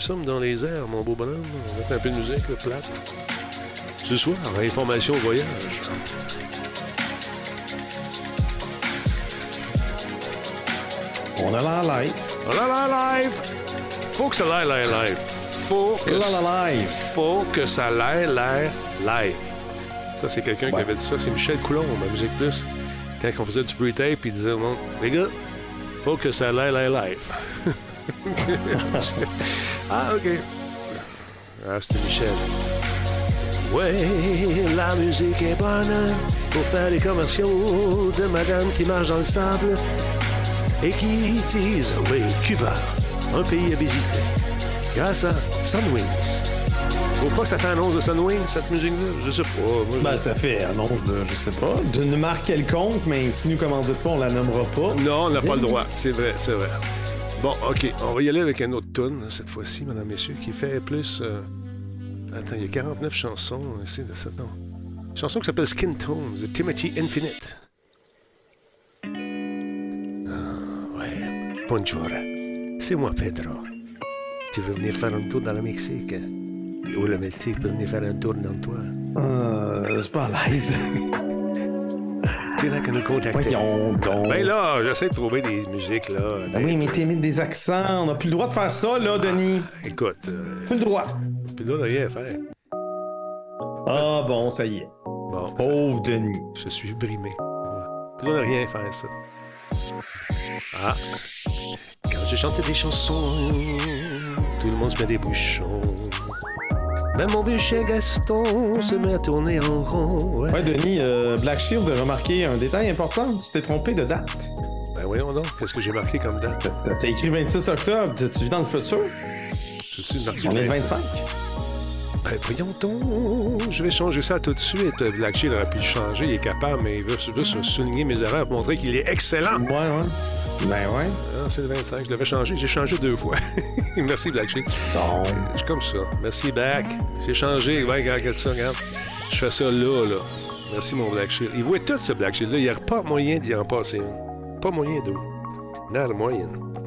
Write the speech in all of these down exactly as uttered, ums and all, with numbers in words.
sommes dans les airs, mon beau bonhomme. On va mettre un peu de musique, là, plate. Ce soir, information voyage. On a l'air live. On a l'air live. Faut que ça l'air l'air live. Faut que, ça... live. Faut que ça l'air l'air live. Ça, c'est quelqu'un ouais. qui avait dit ça. C'est Michel Coulomb, à Musique Plus. Quand on faisait du pre-tape, il disait au monde, les gars, faut que ça l'air l'air live. Ah, OK. Ah, c'était Michel. Ouais, la musique est bonne pour faire les commerciaux de madame qui marche dans le sable et qui disent, oui, Cuba, un pays à visiter, grâce à Sunwings. Tu trouves pas que ça fait annonce de Sunwings, cette musique-là? Je sais pas. Moi, ben, je... ça fait annonce de, je sais pas, d'une marque quelconque, mais si nous commandons pas, on la nommera pas. Non, on n'a pas le droit. C'est vrai, c'est vrai. Bon, OK, on va y aller avec un autre tune, cette fois-ci, mesdames, messieurs, qui fait plus... Euh... Attends, il y a quarante-neuf chansons ici de cette... Non. Une chanson qui s'appelle Skin Tones, de Timothy Infinite. Ah, ouais. Bonjour. C'est moi, Pedro. Tu veux venir faire un tour dans le Mexique? Ou le Mexique peut venir faire un tour dans toi? Euh, je suis pas à l'aise. Tu n'as qu'à nous contacter. Voyons donc. Ben là, j'essaie de trouver des musiques, là. Ben oui, mais t'es mis des accents. On n'a plus le droit de faire ça, là, Denis. Ah, écoute... Euh... Plus le droit. Plus le droit de rien faire. Ah bon, ça y est. Bon, pauvre ça... Denis. Je suis brimé. Plus le droit de rien faire, ça. Ah. Quand j'ai chanté des chansons, tout le monde se met des bouchons. Même mon vieux chien Gaston se met à tourner en rond. Ouais, ouais Denis, euh, Black Shield a remarqué un détail important. Tu t'es trompé de date. Ben voyons donc, qu'est-ce que j'ai marqué comme date? T'as, t'as écrit vingt-six octobre. Tu vis dans le futur? On est le vingt-cinq. Ben voyons donc, je vais changer ça tout de suite. Black Shield aurait pu le changer, il est capable, mais il veut juste souligner mes erreurs pour montrer qu'il est excellent. Ouais, ouais. Ben ouais. Ah, c'est le vingt-cinq, je l'avais changé. J'ai changé deux fois. Merci, Black Sheep. Bon. Euh, je suis comme ça. Merci, Back. J'ai changé. Ouais, regarde ça, regarde. Je fais ça là, là. Merci, mon Black Shield. Il voit tout, ce Black Shield-là. Il n'y a pas moyen d'y en passer une. Pas moyen d'eau. Not moyen.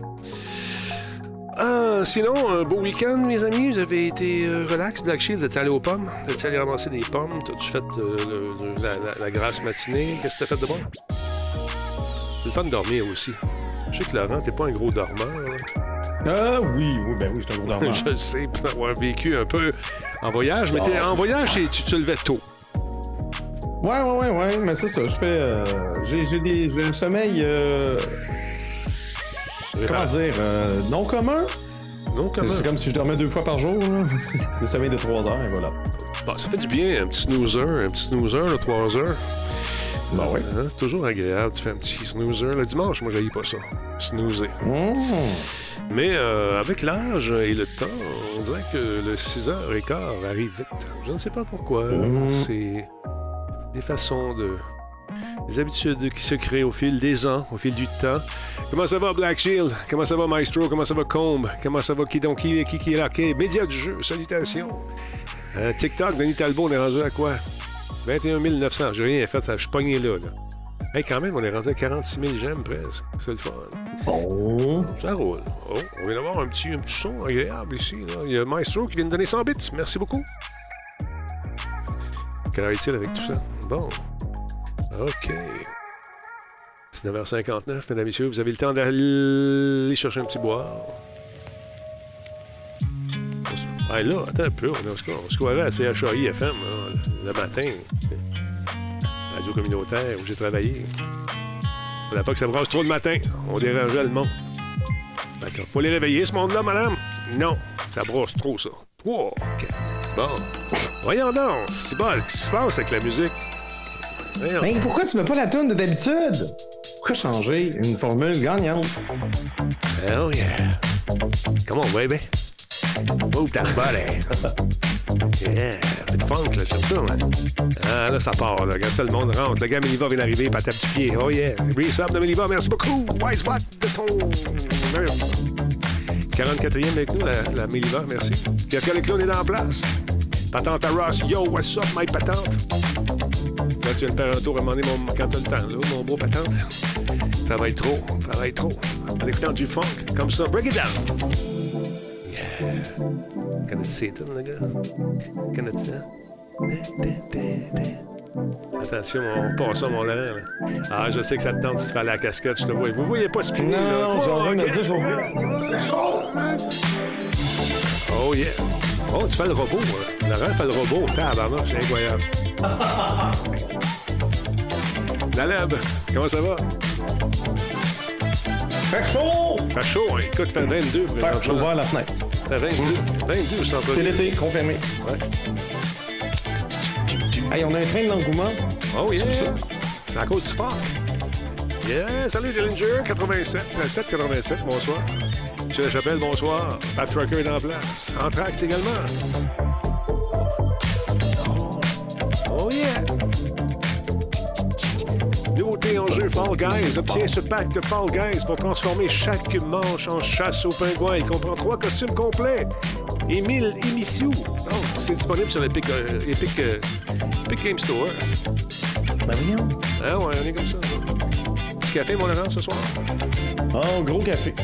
Ah, sinon, un beau week-end, mes amis. Vous avez été euh, relax, Black Shield. Vous êtes allé aux pommes. Vous êtes allé ramasser des pommes. T'as-tu fait euh, le, le, la, la, la grasse matinée? Qu'est-ce que t'as fait de bon? C'est le fun de dormir aussi. Je sais que Laurent, t'es pas un gros dormeur. Ah euh, oui, oui, ben oui, c'est un gros dormeur. Je le sais, pour avoir vécu un peu en voyage. Mais t'es, en voyage, tu te levais tôt. Ouais, ouais, ouais, ouais, mais c'est ça. Je fais... Euh, j'ai, j'ai, des, j'ai un sommeil... Euh, comment dire? Euh, non commun? Non commun. C'est comme si je dormais deux fois par jour. Le sommeil de trois heures, et voilà. Bon, ça fait du bien, un petit snoozer. Un petit snoozer de trois heures. Ben oui. Hein, c'est toujours agréable. Tu fais un petit snoozer. Le dimanche, moi, j'haïs pas ça. Snoozer. Mmh. Mais euh, avec l'âge et le temps, on dirait que le six heures quinze arrive vite. Je ne sais pas pourquoi. Mmh. C'est des façons de... des habitudes qui se créent au fil des ans, au fil du temps. Comment ça va, Black Shield? Comment ça va, Maestro? Comment ça va, Combe? Comment ça va, qui donc qui, qui, qui est là? Qui? Média du jeu, salutations. Euh, TikTok, Denis Talbot, on est rendu à quoi? vingt et un mille neuf cents. J'ai rien fait, ça, je suis pogné là, là. Hey, quand même, on est rendu à quarante-six mille j'aime presque. C'est le fun. Oh. Ça roule. Oh, on vient d'avoir un petit, un petit son agréable ici, là. Il y a Maestro qui vient de donner cent bits. Merci beaucoup. Quelle heure est-il avec tout ça? Bon. OK. dix-neuf heures cinquante-neuf, mesdames et messieurs, vous avez le temps d'aller chercher un petit boire. Ah, là, attends un peu, on, on se croirait à C H A I F M hein, le matin. Radio communautaire où j'ai travaillé. Il fallait pas que ça brasse trop le matin. On dérangeait le monde. D'accord. Faut les réveiller, ce monde-là, madame? Non, ça brasse trop, ça. Oh, OK. Bon. Voyons donc, c'est bon, qu'est-ce qui se passe avec la musique? Voyons. Mais pourquoi tu mets pas la toune de d'habitude? Pourquoi changer une formule gagnante? Oh yeah. Come on, baby. Move that body. Yeah, un peu de funk, là, j'aime ça, man. Ah, là, ça part, là. Regarde ça, le monde rentre. Le gars Méliva vient d'arriver, pas tape du pied. Oh yeah. Resub de Méliva, merci beaucoup. Wisebot de ton... Merci. quarante-quatrième avec nous, la, la Méliva, merci. Qu'est-ce que le clown est dans la place? Patente à Ross, yo, what's up, my patente? Là, tu viens de faire un tour à demander mon... quand t'as le temps, là, mon beau patente. Travaille trop, travaille trop. En écoutant du funk, comme ça. Break it down. Yeah. Connais-tu ces tunes, le gars? Connais-tu ça? Attention, on passe ça, mon Laurent. Ah, je sais que ça te tente, tu te fais aller à la casquette, je te vois. Vous voyez pas spinner, non, là? Non, oh, j'en okay. dire, Oh, yeah. Oh, tu fais le robot. Hein. Laurent fait le robot. Tabarnak, c'est incroyable. La Leb, comment ça va? Fait chaud! Fait chaud, hein. Écoute, fait vingt-deux. Fait chaud, ouvert la fenêtre. Fait vingt-deux. vingt-deux au centre. C'est l'été, confirmé. Ouais. Hey, on a un train d'engouement. Oh yeah! C'est à cause du fort. Yeah! Salut Dillinger, quatre-vingt-sept, sept quatre-vingt-sept, bonsoir. Monsieur Lachapelle, bonsoir. Pat Trucker est en place. Anthrax également. Oh, oh yeah! Nouveauté en jeu Fall Guys. Obtiens ce pack de Fall Guys pour transformer chaque manche en chasse aux pingouins. Il comprend trois costumes complets et mille émissions. Oh, c'est disponible sur l'Epic euh, Epic, euh, Epic Game Store. Ben voyons. Ah ouais, on est comme ça. Petit café, mon Laurent, ce soir? Oh, gros café.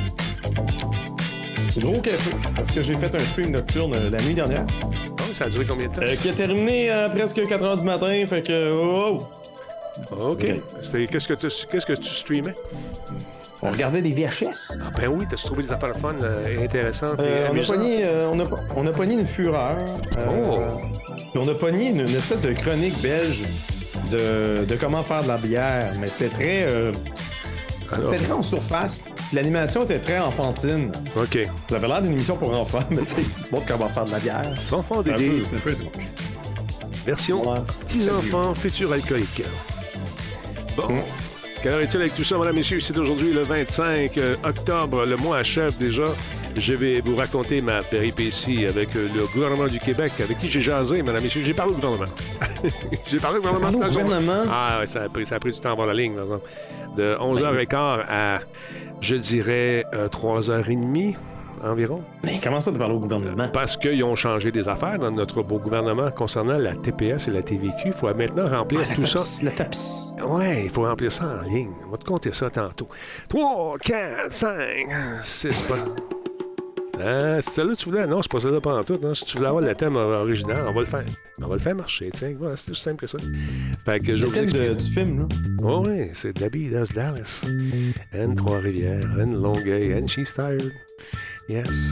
Gros café. Parce que j'ai fait un stream nocturne euh, la nuit dernière. Oh, ça a duré combien de temps? Euh, qui a terminé à presque quatre heures du matin, fait que... Oh! OK. C'était, qu'est-ce, que tu, qu'est-ce que tu streamais? On regardait des V H S. Ah ben oui, t'as trouvé des affaires fun là, intéressantes Euh, et on, a amusantes. pogné, euh, on, a, on a pogné une fureur. Euh, Oh! Puis on a pogné une, une espèce de chronique belge de, de comment faire de la bière. Mais c'était très... Euh, Alors, c'était très en surface. Puis l'animation était très enfantine. OK. Ça avait l'air d'une émission pour enfants, mais tu sais, montre comment faire de la bière. Enfants C'est un Dédé, peu- c'est un peu étrange. version Ouais. petits enfants futurs alcooliques. Bon. Quelle heure est-il avec tout ça, mesdames, messieurs? C'est aujourd'hui le vingt-cinq octobre, le mois achève déjà. Je vais vous raconter ma péripétie avec le gouvernement du Québec, avec qui j'ai jasé, mesdames, messieurs. J'ai parlé au gouvernement. j'ai parlé au gouvernement. Parlé au toute la journée. gouvernement? Ah, ouais, ça a pris, ça a pris du temps à voir la ligne, par exemple. De onze heures quinze à, je dirais, euh, trois heures trente environ. Mais comment ça de parler au gouvernement? Parce qu'ils ont changé des affaires dans notre beau gouvernement concernant la T P S et la T V Q. Il faut maintenant remplir Ah, la tout taps, ça. La taps. Ouais, il faut remplir ça en ligne. On va te compter ça tantôt. trois, quatre, cinq, six, pas. Ah, c'est celle-là que tu voulais? Non, c'est pas celle-là pendant tout. Non. Si tu voulais avoir le thème original, on va le faire. On va le faire marcher, tiens. Voilà, c'est aussi simple que ça. Fait que je Le vous thème de- explique. du film, là. Oh, oui, c'est de la bille de Dallas. And Trois-Rivières, and Longueuil, and She's Tired. Yes.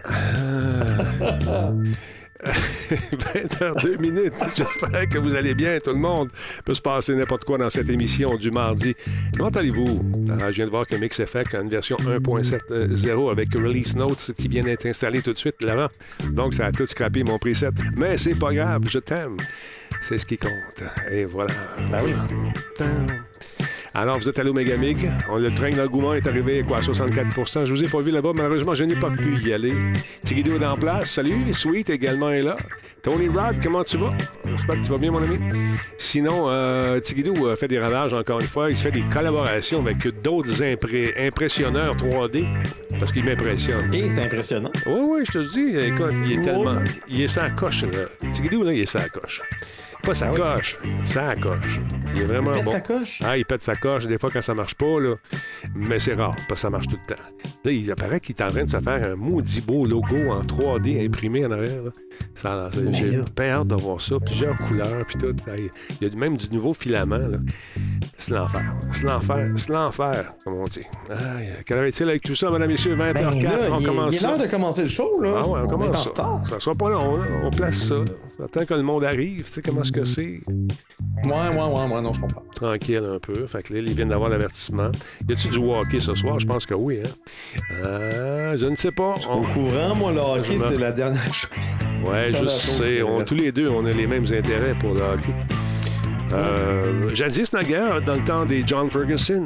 Ah. vingt heures deux minutes. J'espère que vous allez bien, tout le monde. Il peut se passer n'importe quoi dans cette émission du mardi. Comment allez-vous? Alors, je viens de voir que Mix Effect a une version un point sept zéro avec Release Notes qui vient d'être installée tout de suite là-bas. Donc, ça a tout scrappé mon preset. Mais c'est pas grave, je t'aime. C'est ce qui compte. Et voilà. Ben oui. Alors, vous êtes allé au Megamig. On, le train d'engouement est arrivé quoi, à soixante-quatre pour cent. Je vous ai pas vu là-bas. Malheureusement, je n'ai pas pu y aller. Tigidou est en place. Salut. Sweet également est là. Tony Rod, comment tu vas? J'espère que tu vas bien, mon ami. Sinon, euh, Tigidou a fait des ravages encore une fois. Il se fait des collaborations avec d'autres impré- impressionneurs trois D parce qu'il m'impressionne. Et c'est impressionnant. Oui, oui, je te dis. Écoute, il est tellement... Il est sans coche, là. Tigidou, là, il est sans coche. Pas sa Ah oui. coche, sa coche. Il est vraiment Pète bon. sa coche. Ah, il pète sa coche des fois quand ça marche pas, là. Mais c'est rare, parce que ça marche tout le temps. Là, il apparaît qu'il est en train de se faire un maudit beau logo en trois D imprimé en arrière. Là. Ça, ça- Mais j'ai là. bien hâte de voir ça. Plusieurs couleurs, puis tout. Il y a même du nouveau filament, là. C'est l'enfer. C'est l'enfer. C'est l'enfer, comme on dit. Aïe, quelle heure est-il avec tout ça, mesdames et messieurs? vingt heures quatre, Ben là, on il est- commence il est ça. l'heure de commencer le show, là. Ah ouais, on, est en commence ça. retard. Ça sera pas long, là. On place ça. Là. Attends que le monde arrive. Tu sais comment est-ce que c'est? Ouais, ouais, ouais, ouais, non, je comprends. Tranquille un peu. Fait que là, ils viennent d'avoir l'avertissement. Y a-tu du hockey ce soir? Je pense que oui, hein? Euh, je ne sais pas. Au On... courant, moi, le hockey, Je me- c'est la dernière chose. Ouais, je Dans la sais. chose, On, le tous les deux, on a les mêmes intérêts pour le hockey. Euh, jadis, naguère, dans le temps des John Ferguson,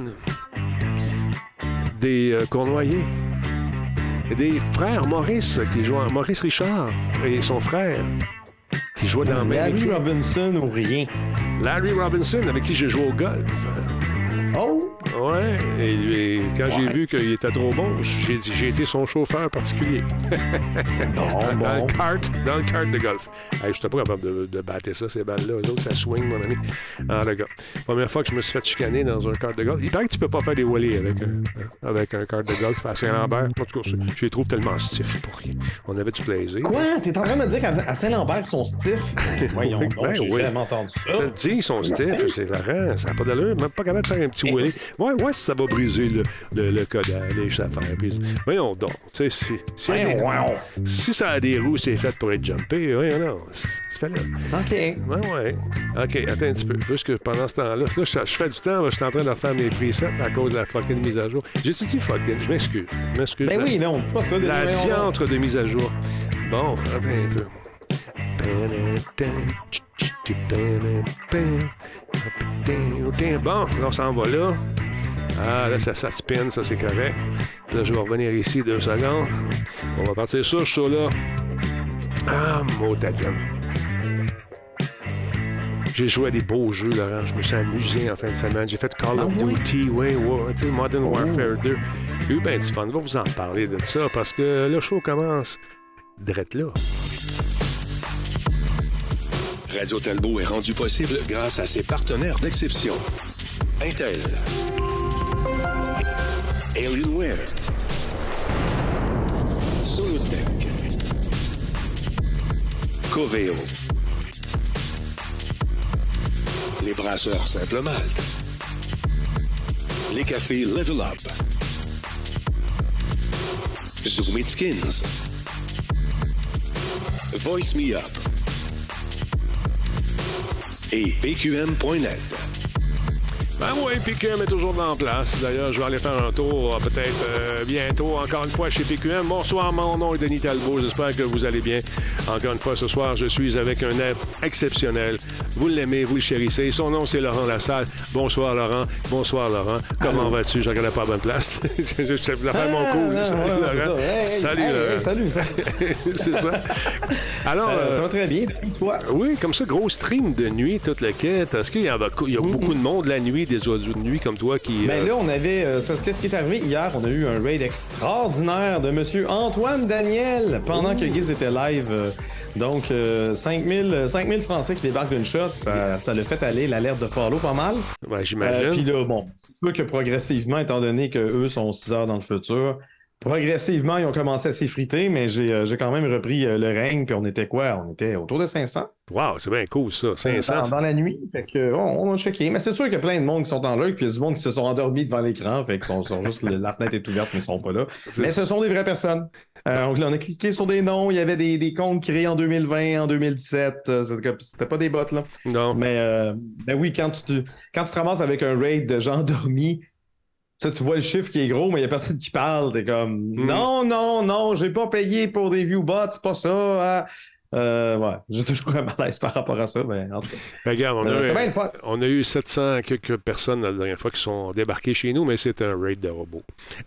des euh, Cournoyer, des frères Maurice qui jouaient, Maurice Richard et son frère qui jouaient dans la même Larry équipe. Robinson ou rien. Larry Robinson, avec qui j'ai joué au golf. Oh! Ouais, et, et quand ouais. j'ai vu qu'il était trop bon, j'ai dit j'ai été son chauffeur particulier. Non, dans, bon. dans le kart, dans le kart de golf. Hey, je n'étais pas capable de, de battre ça, ces balles-là. Eux autres, ça swing, mon ami. Ah, le gars. Première fois que je me suis fait chicaner dans un kart de golf. Il paraît que tu peux pas faire des wheelies avec un, avec un kart de golf à Saint-Lambert. En tout cas, je les trouve tellement stiff pour rien. On avait du plaisir. Quoi? T'es en train de me dire qu'à Saint-Lambert, ils sont stiffs? Voyons donc, ben, j'ai oui. jamais entendu ça. Je te dis, ils sont stiffs, c'est marrant. Ça n'a pas d'allure. Même pas capable de faire un petit wheelie. Ouais, ouais, si ça va briser le, le, le codage, les affaires. Puis, voyons donc. Tu sais, si, si, ben, des, wow. si ça a des roues, c'est fait pour être jumpé. Voyons non. Tu fais là. OK. Ouais, ouais. OK, attends un petit peu. Juste que pendant ce temps-là, là, je, je fais du temps, là, je suis en train de faire mes presets à cause de la fucking mise à jour. J'ai-tu dit fucking? Je m'excuse. Je m'excuse. Ben oui, non, dis pas ça. La diantre de mise à jour. Bon, attends un peu. Bon, là, on s'en va là. Ah, là, ça, ça spin, ça, c'est correct. Puis là, je vais revenir ici deux secondes. On va partir sur ce show-là. Ah, mot tatine. J'ai joué à des beaux jeux, Laurent. Je me suis amusé en fin de semaine. J'ai fait Call of Duty, oui, ouais, tu sais, Modern Warfare deux. J'ai eu bien du fun. On va vous en parler de ça parce que le show commence drette là. Radio Talbot est rendu possible grâce à ses partenaires d'exception. Intel. Alienware. Solutech. Coveo. Les brasseurs Simple Malte. Les cafés Level Up. Zoom It Skins. Voice Me Up. Et P Q M point net. Ben oui, P Q M est toujours en place. D'ailleurs, je vais aller faire un tour peut-être euh, bientôt, encore une fois, chez P Q M. Bonsoir, mon nom est Denis Talbot. J'espère que vous allez bien. Encore une fois, ce soir, je suis avec un être exceptionnel. Vous l'aimez, vous le chérissez. Son nom, c'est Laurent Lassalle. Bonsoir, Laurent. Bonsoir, Laurent. Comment Allô. vas-tu? Je ne regardais pas à bonne place. je je voulais faire mon coup. Ah, salut, ouais, Laurent. Hey, salut, hey, Laurent. Hey, salut, ça. c'est ça. Alors, euh, ça va très bien. Toi? Oui, comme ça, gros stream de nuit, toute la quête. Est-ce qu'il y a, il y a mm-hmm. beaucoup de monde la nuit, des oiseaux de nuit comme toi qui... Ben euh... là, on avait... Euh, c'est parce que ce qui est arrivé hier, on a eu un raid extraordinaire de monsieur Antoine Daniel pendant Ouh. que Giz était live. Euh, donc, euh, cinq mille Français qui débarquent d'une shot, ça, ça l'a fait aller l'alerte de follow pas mal. Ouais, j'imagine. Euh, Puis là, bon, c'est sûr que progressivement, étant donné qu'eux sont six heures dans le futur, progressivement, ils ont commencé à s'effriter, mais j'ai, euh, j'ai quand même repris euh, le règne, puis on était quoi? On était autour de cinq cents. Wow, c'est bien cool, ça. cinq cents. Dans, dans la nuit, fait que, on, on a checké. Mais c'est sûr qu'il y a plein de monde qui sont en live, puis il y a du monde qui se sont endormis devant l'écran, fait qu'ils sont, sont juste, la fenêtre est ouverte, mais ils sont pas là. C'est mais ça. Ce sont des vraies personnes. Euh, donc là, on a cliqué sur des noms, il y avait des, des comptes créés en deux mille vingt, en deux mille dix-sept, euh, c'était pas des bots, là. Non. Mais euh, ben oui, quand tu, quand tu te ramasses avec un raid de gens endormis, tu sais, tu vois le chiffre qui est gros, mais il n'y a personne qui parle. T'es comme, mm. non, non, non, j'ai pas payé pour des viewbots, c'est pas ça. Hein. Euh, ouais, j'ai toujours un malaise par rapport à ça, mais en tout cas. Ben, regarde, on, euh, a eu, on a eu sept cents quelques personnes la dernière fois qui sont débarquées chez nous, mais c'est un raid de robots.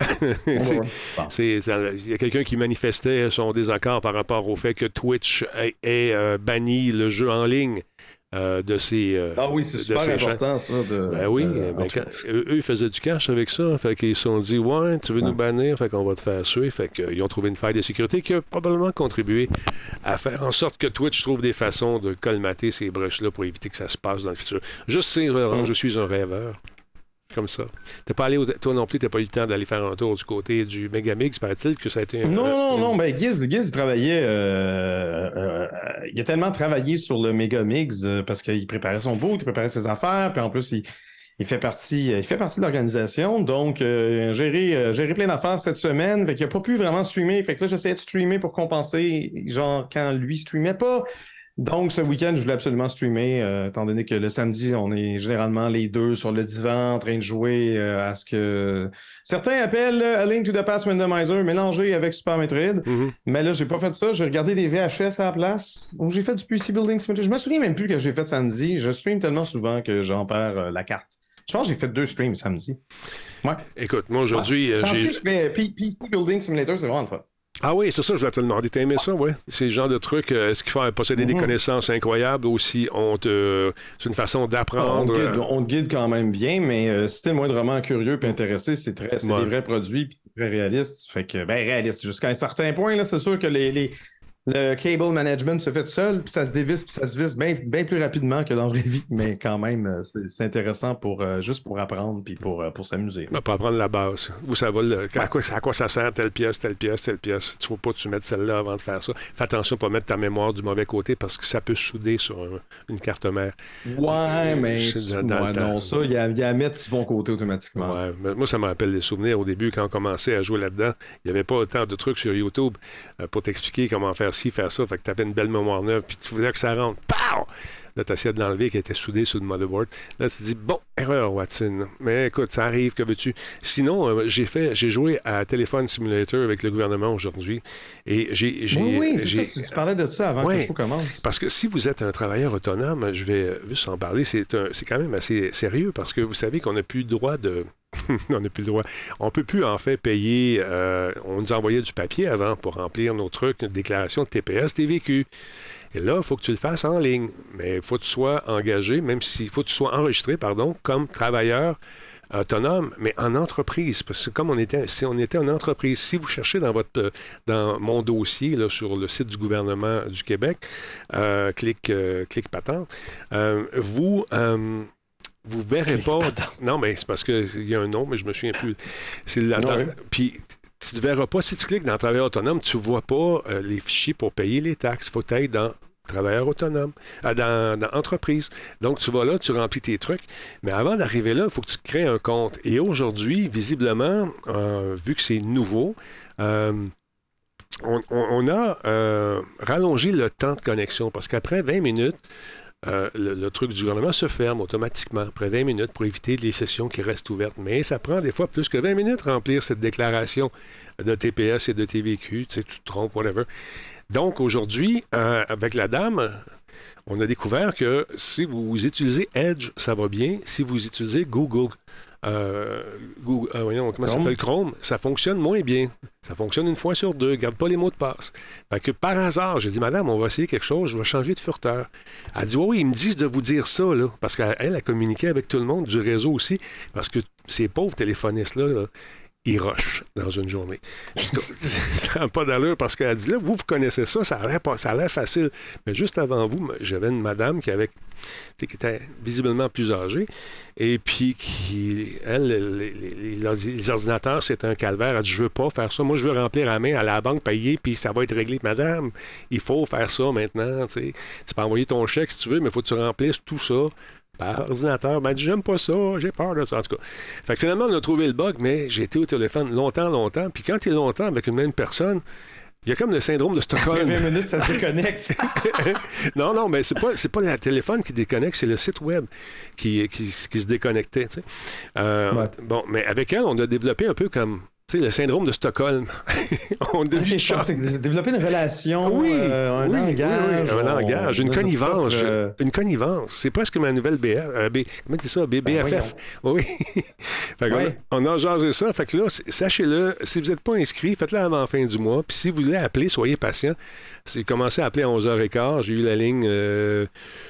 c'est, c'est, il y a quelqu'un qui manifestait son désaccord par rapport au fait que Twitch ait, ait euh, banni le jeu en ligne. Euh, de ces euh, ah oui, c'est super important ça de, ben oui, de, ben quand, eux, eux ils faisaient du cash avec ça, fait qu'ils se sont dit ouais, tu veux ouais. nous bannir, fait qu'on va te faire suer, fait qu'ils ont trouvé une faille de sécurité qui a probablement contribué à faire en sorte que Twitch trouve des façons de colmater ces brèches-là pour éviter que ça se passe dans le futur. Je sais, Laurent, je suis un rêveur. Comme ça. T'es pas allé au... Toi non plus, t'as pas eu le temps d'aller faire un tour du côté du Megamix, paraît-il que ça a été... Un... Non, non, non, ben Giz, Giz travaillait... Euh, euh, il a tellement travaillé sur le Megamix euh, parce qu'il préparait son boot, il préparait ses affaires, puis en plus, il, il fait partie il fait partie de l'organisation, donc euh, gérer, euh, gérer plein d'affaires cette semaine, fait qu'il a pas pu vraiment streamer, fait que là, j'essayais de streamer pour compenser, genre, quand lui streamait pas. Donc, ce week-end, je voulais absolument streamer, euh, étant donné que le samedi, on est généralement les deux sur le divan en train de jouer euh, à ce que certains appellent A Link to the Past Randomizer mélangé avec Super Metroid. Mm-hmm. Mais là, j'ai pas fait ça. J'ai regardé des V H S à la place. Donc, j'ai fait du P C Building Simulator. Je me souviens même plus que j'ai fait samedi. Je stream tellement souvent que j'en perds euh, la carte. Je pense que j'ai fait deux streams samedi. Ouais. Écoute, moi, aujourd'hui... Ouais. Euh, j'ai... je fais P C Building Simulator, c'est vraiment le fun. Ah oui, c'est ça, je voulais te demander. T'as aimé ça, oui? C'est le genre de truc, euh, est-ce qu'il faut posséder mm-hmm. des connaissances incroyables aussi? On te... C'est une façon d'apprendre. On te, guide, on te guide quand même bien, mais euh, si t'es moindrement curieux et intéressé, c'est très c'est ouais. des vrais produits puis très réalistes. Fait que, ben, réaliste. Jusqu'à un certain point, là, c'est sûr que les, les, le cable management se fait tout seul, puis ça se dévisse, puis ça se visse bien, bien plus rapidement que dans la vraie vie. Mais quand même, c'est, c'est intéressant pour euh, juste pour apprendre puis pour, euh, pour s'amuser. Ben, pour apprendre la base. Où ça va, le, à, quoi, à quoi ça sert, telle pièce, telle pièce, telle pièce. Tu ne faut pas que tu mettes celle-là avant de faire ça. Fais attention à ne pas mettre ta mémoire du mauvais côté parce que ça peut souder sur un, une carte mère. Ouais, mais dans, dans ouais, non, ça, il y, y a à mettre du bon côté automatiquement. Ouais, mais moi, ça me rappelle des souvenirs au début quand on commençait à jouer là-dedans. Il n'y avait pas autant de trucs sur YouTube euh, pour t'expliquer comment faire ci, faire ça. Fait que tu avais une belle mémoire neuve, puis tu voulais que ça rentre. Pow! Là, tu essayais de l'enlever qui était soudé sur le motherboard. Là, tu te dis, bon, erreur, Watson. Mais écoute, ça arrive, que veux-tu? Sinon, euh, j'ai fait, j'ai joué à Telephone Simulator avec le gouvernement aujourd'hui. Et j'ai. j'ai oui, oui, c'est j'ai... ça. Tu, tu parlais de ça avant ouais, que le show commence. Parce que si vous êtes un travailleur autonome, je vais juste en parler, c'est, un, c'est quand même assez sérieux parce que vous savez qu'on n'a plus le droit de. on n'a plus le droit. On ne peut plus, en fait, payer. Euh, on nous envoyait du papier avant pour remplir nos trucs, notre déclaration de T P S, T V Q. Et là, il faut que tu le fasses en ligne. Mais il faut que tu sois engagé, même s'il faut que tu sois enregistré, pardon, comme travailleur autonome, mais en entreprise. Parce que comme on était, si on était en entreprise, si vous cherchez dans votre dans mon dossier là, sur le site du gouvernement du Québec, euh, clic, euh, clic patente, euh, vous. Euh, Vous verrez pas. Non, mais c'est parce qu'il y a un nom, mais je me souviens plus. C'est là-dedans. Ouais. Puis, tu ne verras pas. Si tu cliques dans Travailleur autonome, tu ne vois pas euh, les fichiers pour payer les taxes. Il faut être dans Travailleur autonome, euh, dans, dans Entreprise. Donc, tu vas là, tu remplis tes trucs. Mais avant d'arriver là, il faut que tu crées un compte. Et aujourd'hui, visiblement, euh, vu que c'est nouveau, euh, on, on, on a euh, rallongé le temps de connexion. Parce qu'après vingt minutes, Euh, le, le truc du gouvernement se ferme automatiquement après vingt minutes pour éviter les sessions qui restent ouvertes. Mais ça prend des fois plus que vingt minutes remplir cette déclaration de T P S et de T V Q. Tu sais, tu te trompes, whatever. Donc, aujourd'hui, euh, avec la dame, on a découvert que si vous utilisez Edge, ça va bien. Si vous utilisez Google, euh, Google euh, voyons, comment ça s'appelle, Chrome, ça fonctionne moins bien. Ça fonctionne une fois sur deux. Garde pas les mots de passe. Fait que par hasard, j'ai dit, madame, on va essayer quelque chose, je vais changer de furteur. Elle dit, oui, oui, ils me disent de vous dire ça, là. Parce qu'elle, elle a communiqué avec tout le monde du réseau aussi. Parce que ces pauvres téléphonistes-là, là, ils rushent dans une journée. Ça n'a pas d'allure parce qu'elle dit, là, vous, vous connaissez ça, ça a l'air, pas, ça a l'air facile. Mais juste avant vous, j'avais une madame qui, avait, qui était visiblement plus âgée et puis qui, elle, les, les, les ordinateurs, c'est un calvaire. Elle dit, je veux pas faire ça. Moi, je veux remplir à la main à la banque, payer, puis ça va être réglé. Madame, il faut faire ça maintenant. Tu sais. Tu peux envoyer ton chèque si tu veux, mais il faut que tu remplisses tout ça par ordinateur. Ben, j'aime pas ça, j'ai peur de ça, en tout cas. Fait que finalement, on a trouvé le bug, mais j'ai été au téléphone longtemps, longtemps. Puis quand tu es longtemps avec une même personne, il y a comme le syndrome de Stockholm. Après vingt minutes, ça se déconnecte. non, non, mais c'est pas, c'est pas le téléphone qui déconnecte, c'est le site web qui, qui, qui se déconnectait. Tu sais. euh, ouais. Bon, mais avec elle, on a développé un peu comme... Tu sais, le syndrome de Stockholm. On a okay, je pense que développer une relation, oui, euh, un oui, langage. Oui, oui, un langage, une connivence. Euh... Une connivence. C'est presque ma nouvelle B F. Euh, B, comment tu dis ça? B, B F F. Ben, oui. Fait oui. On, a, on a jasé ça. Fait que là, sachez-le, si vous n'êtes pas inscrit, faites-le avant la fin du mois. Puis si vous voulez appeler, soyez patient. J'ai commencé à appeler à onze heures quinze. J'ai eu la ligne euh,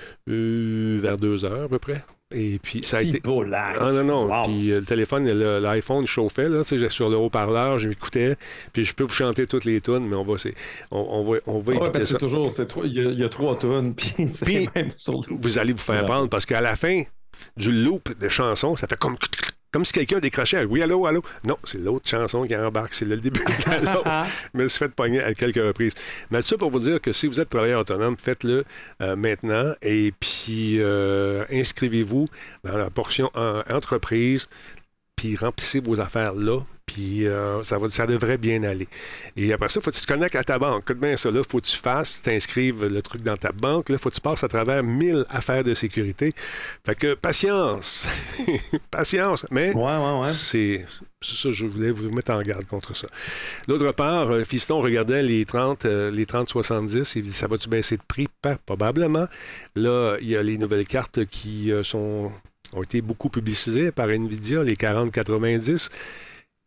euh, vers deux heures à peu près. Et puis, ça a si été. Beau lag. Ah non, non. Wow. Puis euh, le téléphone, le, l'iPhone chauffait, là, tu sais, sur le haut-parleur, j'écoutais. Puis je peux vous chanter toutes les tunes, mais on va, c'est, on, on va, on va ouais, éviter parce ça. C'est toujours, c'est trop, il y, a, il y a trois tunes, puis c'est puis, même sur le... Vous allez vous faire ouais. prendre, parce qu'à la fin du loop de chansons, ça fait comme. Comme si quelqu'un décrochait. Oui, allô, allô. Non, c'est l'autre chanson qui embarque. C'est le début de l'autre. Mais se fait pogner à quelques reprises. Mais tout ça pour vous dire que si vous êtes travailleur autonome, faites-le euh, maintenant. Et puis, euh, inscrivez-vous dans la portion en, entreprise. Puis, remplissez vos affaires là. Puis, euh, ça, va, ça devrait bien aller. Et après ça, il faut que tu te connectes à ta banque. Écoute bien ça, là. Il faut que tu fasses, tu t'inscrives le truc dans ta banque. Là, il faut que tu passes à travers mille affaires de sécurité. Fait que, patience. patience. Mais ouais, ouais, ouais. C'est, c'est ça, je voulais vous mettre en garde contre ça. D'autre part, euh, Fiston regardait les trente, euh, les trente soixante-dix. Il dit, ça va-tu baisser de prix? Pas, probablement. Là, il y a les nouvelles cartes qui euh, sont, ont été beaucoup publicisées par NVIDIA, les quarante quatre-vingt-dix.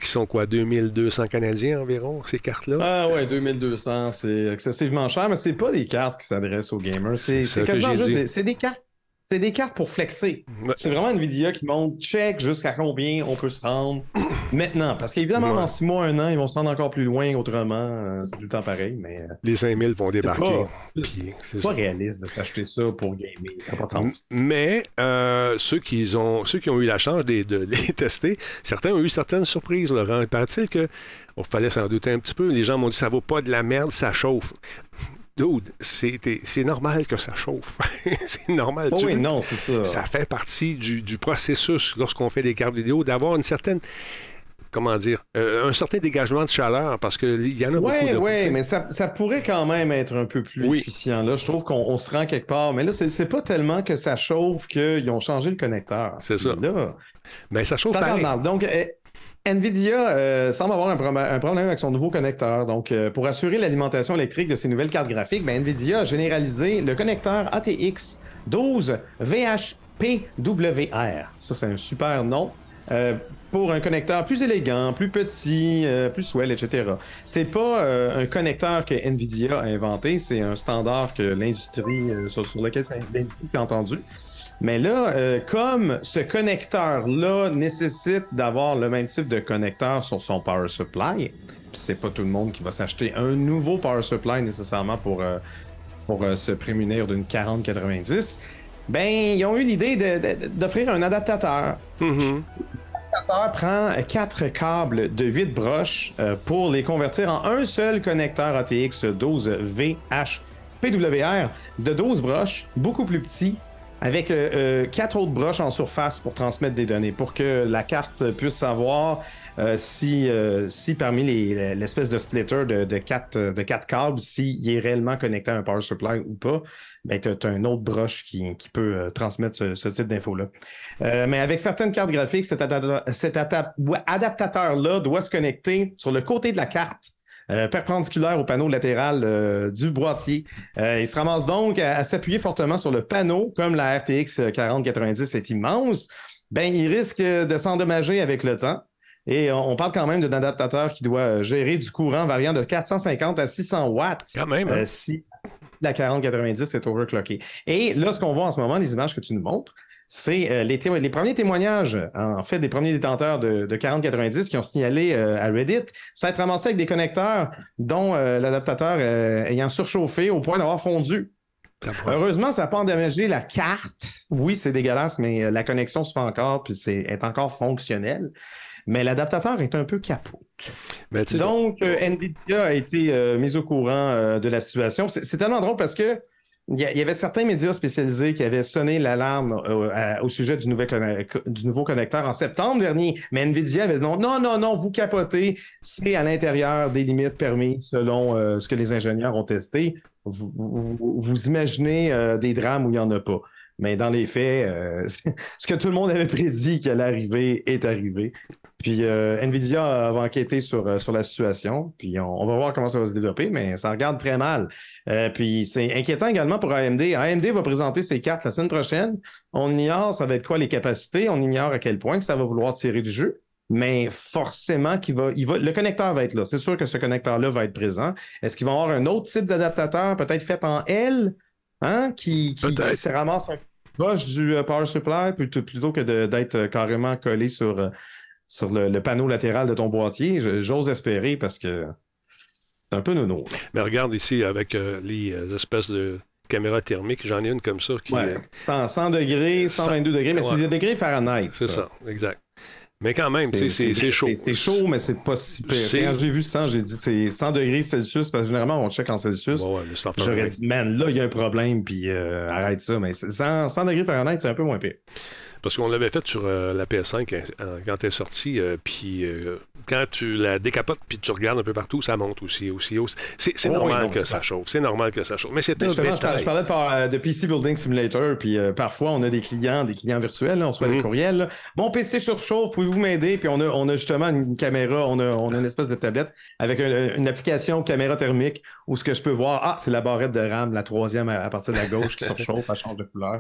qui sont quoi, deux mille deux cents Canadiens environ, ces cartes-là? Ah ouais, deux mille deux cents, c'est excessivement cher, mais c'est pas des cartes qui s'adressent aux gamers. C'est, c'est, c'est quasiment juste des, c'est des cartes. C'est des cartes pour flexer. Ouais. C'est vraiment Nvidia qui montre check jusqu'à combien on peut se rendre maintenant. Parce qu'évidemment, ouais. dans six mois, un an, ils vont se rendre encore plus loin autrement. C'est tout le temps pareil, mais... Les cinq mille vont débarquer. C'est pas, Puis, c'est pas réaliste de s'acheter ça pour gamer. Ça n'a pas de sens. Mais euh, ceux, qui ont, ceux qui ont eu la chance de, de les tester, certains ont eu certaines surprises, Laurent. Il paraît-il que... Il fallait s'en douter un petit peu. Les gens m'ont dit, ça vaut pas de la merde, ça chauffe. Dude, c'est, c'est normal que ça chauffe. C'est normal. Oh tu oui, veux, non, c'est ça. Ça fait partie du, du processus, lorsqu'on fait des cartes vidéo, d'avoir une certaine... Comment dire? Euh, un certain dégagement de chaleur, parce qu'il y en a ouais, beaucoup de... Oui, oui, mais ça, ça pourrait quand même être un peu plus oui. efficient. Là, je trouve qu'on on se rend quelque part. Mais là, c'est, c'est pas tellement que ça chauffe qu'ils ont changé le connecteur. C'est ça. Là, mais ça chauffe ça pareil. Donc... Euh, Nvidia euh, semble avoir un, pro- un problème avec son nouveau connecteur. Donc, euh, pour assurer l'alimentation électrique de ses nouvelles cartes graphiques, ben, Nvidia a généralisé le connecteur A T X douze V H P W R. Ça, c'est un super nom. Euh, pour un connecteur plus élégant, plus petit, euh, plus swell, et cetera. C'est pas euh, un connecteur que Nvidia a inventé, c'est un standard que l'industrie, euh, sur, sur lequel l'industrie s'est entendue. Mais là, euh, comme ce connecteur-là nécessite d'avoir le même type de connecteur sur son power supply, puis c'est pas tout le monde qui va s'acheter un nouveau power supply nécessairement pour, euh, pour euh, se prémunir d'une quarante quatre-vingt-dix, ben, ils ont eu l'idée de, de, d'offrir un adaptateur. Mm-hmm. L'adaptateur prend quatre câbles de huit broches euh, pour les convertir en un seul connecteur A T X douze V H P W R de douze broches, beaucoup plus petit, avec euh, euh, quatre autres broches en surface pour transmettre des données, pour que la carte puisse savoir euh, si, euh, si parmi les, l'espèce de splitter de, de, quatre, de quatre câbles, s'il est réellement connecté à un power supply ou pas, ben, tu as une autre broche qui, qui peut euh, transmettre ce, ce type d'infos-là. Euh, mais avec certaines cartes graphiques, cet, adap- cet adap- adaptateur-là doit se connecter sur le côté de la carte, Euh, perpendiculaire au panneau latéral euh, du boîtier. Euh, il se ramasse donc à, à s'appuyer fortement sur le panneau, comme la R T X quarante quatre-vingt-dix est immense, ben il risque de s'endommager avec le temps. Et on, on parle quand même d'un adaptateur qui doit gérer du courant variant de quatre cent cinquante à six cents watts. Quand même, hein? euh, si la quarante quatre-vingt-dix est overclockée. Et là, ce qu'on voit en ce moment, les images que tu nous montres, c'est euh, les, témo- les premiers témoignages, en fait, des premiers détenteurs de, de quarante quatre-vingt-dix qui ont signalé euh, à Reddit s'être ramassés avec des connecteurs dont euh, l'adaptateur euh, ayant surchauffé au point d'avoir fondu. Heureusement, ça n'a pas endommagé la carte. Oui, c'est dégueulasse, mais la connexion se fait encore puis c'est est encore fonctionnelle. Mais l'adaptateur est un peu capote. Mais donc, euh, Nvidia a été euh, mis au courant euh, de la situation. C'est, c'est tellement drôle parce que il y, y avait certains médias spécialisés qui avaient sonné l'alarme euh, à, au sujet du, nouvel conne- du nouveau connecteur en septembre dernier. Mais Nvidia avait dit non, non, non, non, vous capotez. C'est à l'intérieur des limites permises selon euh, ce que les ingénieurs ont testé. Vous, vous, vous imaginez euh, des drames où il n'y en a pas. Mais dans les faits, euh, ce que tout le monde avait prédit qui allait arriver est arrivé. Puis euh, Nvidia va enquêter sur, euh, sur la situation, puis on, on va voir comment ça va se développer, mais ça regarde très mal. Euh, puis c'est inquiétant également pour A M D. A M D va présenter ses cartes la semaine prochaine. On ignore ça va être quoi les capacités, on ignore à quel point que ça va vouloir tirer du jeu, mais forcément qu'il va, il va, le connecteur va être là. C'est sûr que ce connecteur-là va être présent. Est-ce qu'il va y avoir un autre type d'adaptateur, peut-être fait en L, hein, qui, qui, qui se ramasse un peu proche du uh, power supply plutôt, plutôt que de, d'être uh, carrément collé sur... Uh, sur le, le panneau latéral de ton boîtier, j'ose espérer parce que c'est un peu nono. Mais regarde ici avec euh, les euh, espèces de caméras thermiques, j'en ai une comme ça qui ouais, est... cent, cent degrés, cent vingt-deux degrés, mais ouais. C'est des degrés Fahrenheit. C'est ça, ça exact. Mais quand même, c'est, c'est, c'est chaud. C'est, c'est chaud, mais c'est pas si pire. Quand j'ai vu cent, j'ai dit c'est cent degrés Celsius, parce que généralement, on check en Celsius. Ouais, ouais, mais c'est J'aurais dit, man, là, il y a un problème, puis euh, arrête ça. Mais cent, cent degrés Fahrenheit, c'est un peu moins pire. Parce qu'on l'avait fait sur euh, la P S cinq hein, quand elle est sortie, euh, puis euh, quand tu la décapotes puis tu regardes un peu partout, ça monte aussi, aussi haut. C'est, c'est oh, normal oui, non, que c'est ça pas... chauffe. C'est normal que ça chauffe. Mais c'est un détail. Je parlais, je parlais de, euh, de P C Building Simulator, puis euh, parfois on a des clients, des clients virtuels, là, on reçoit mm-hmm. des courriels. Là. Mon P C surchauffe, pouvez-vous m'aider? Puis on a, on a justement une caméra, on a, on a une espèce de tablette avec un, une application caméra thermique où ce que je peux voir, ah, c'est la barrette de RAM, la troisième à, à partir de la gauche qui surchauffe, elle change de couleur.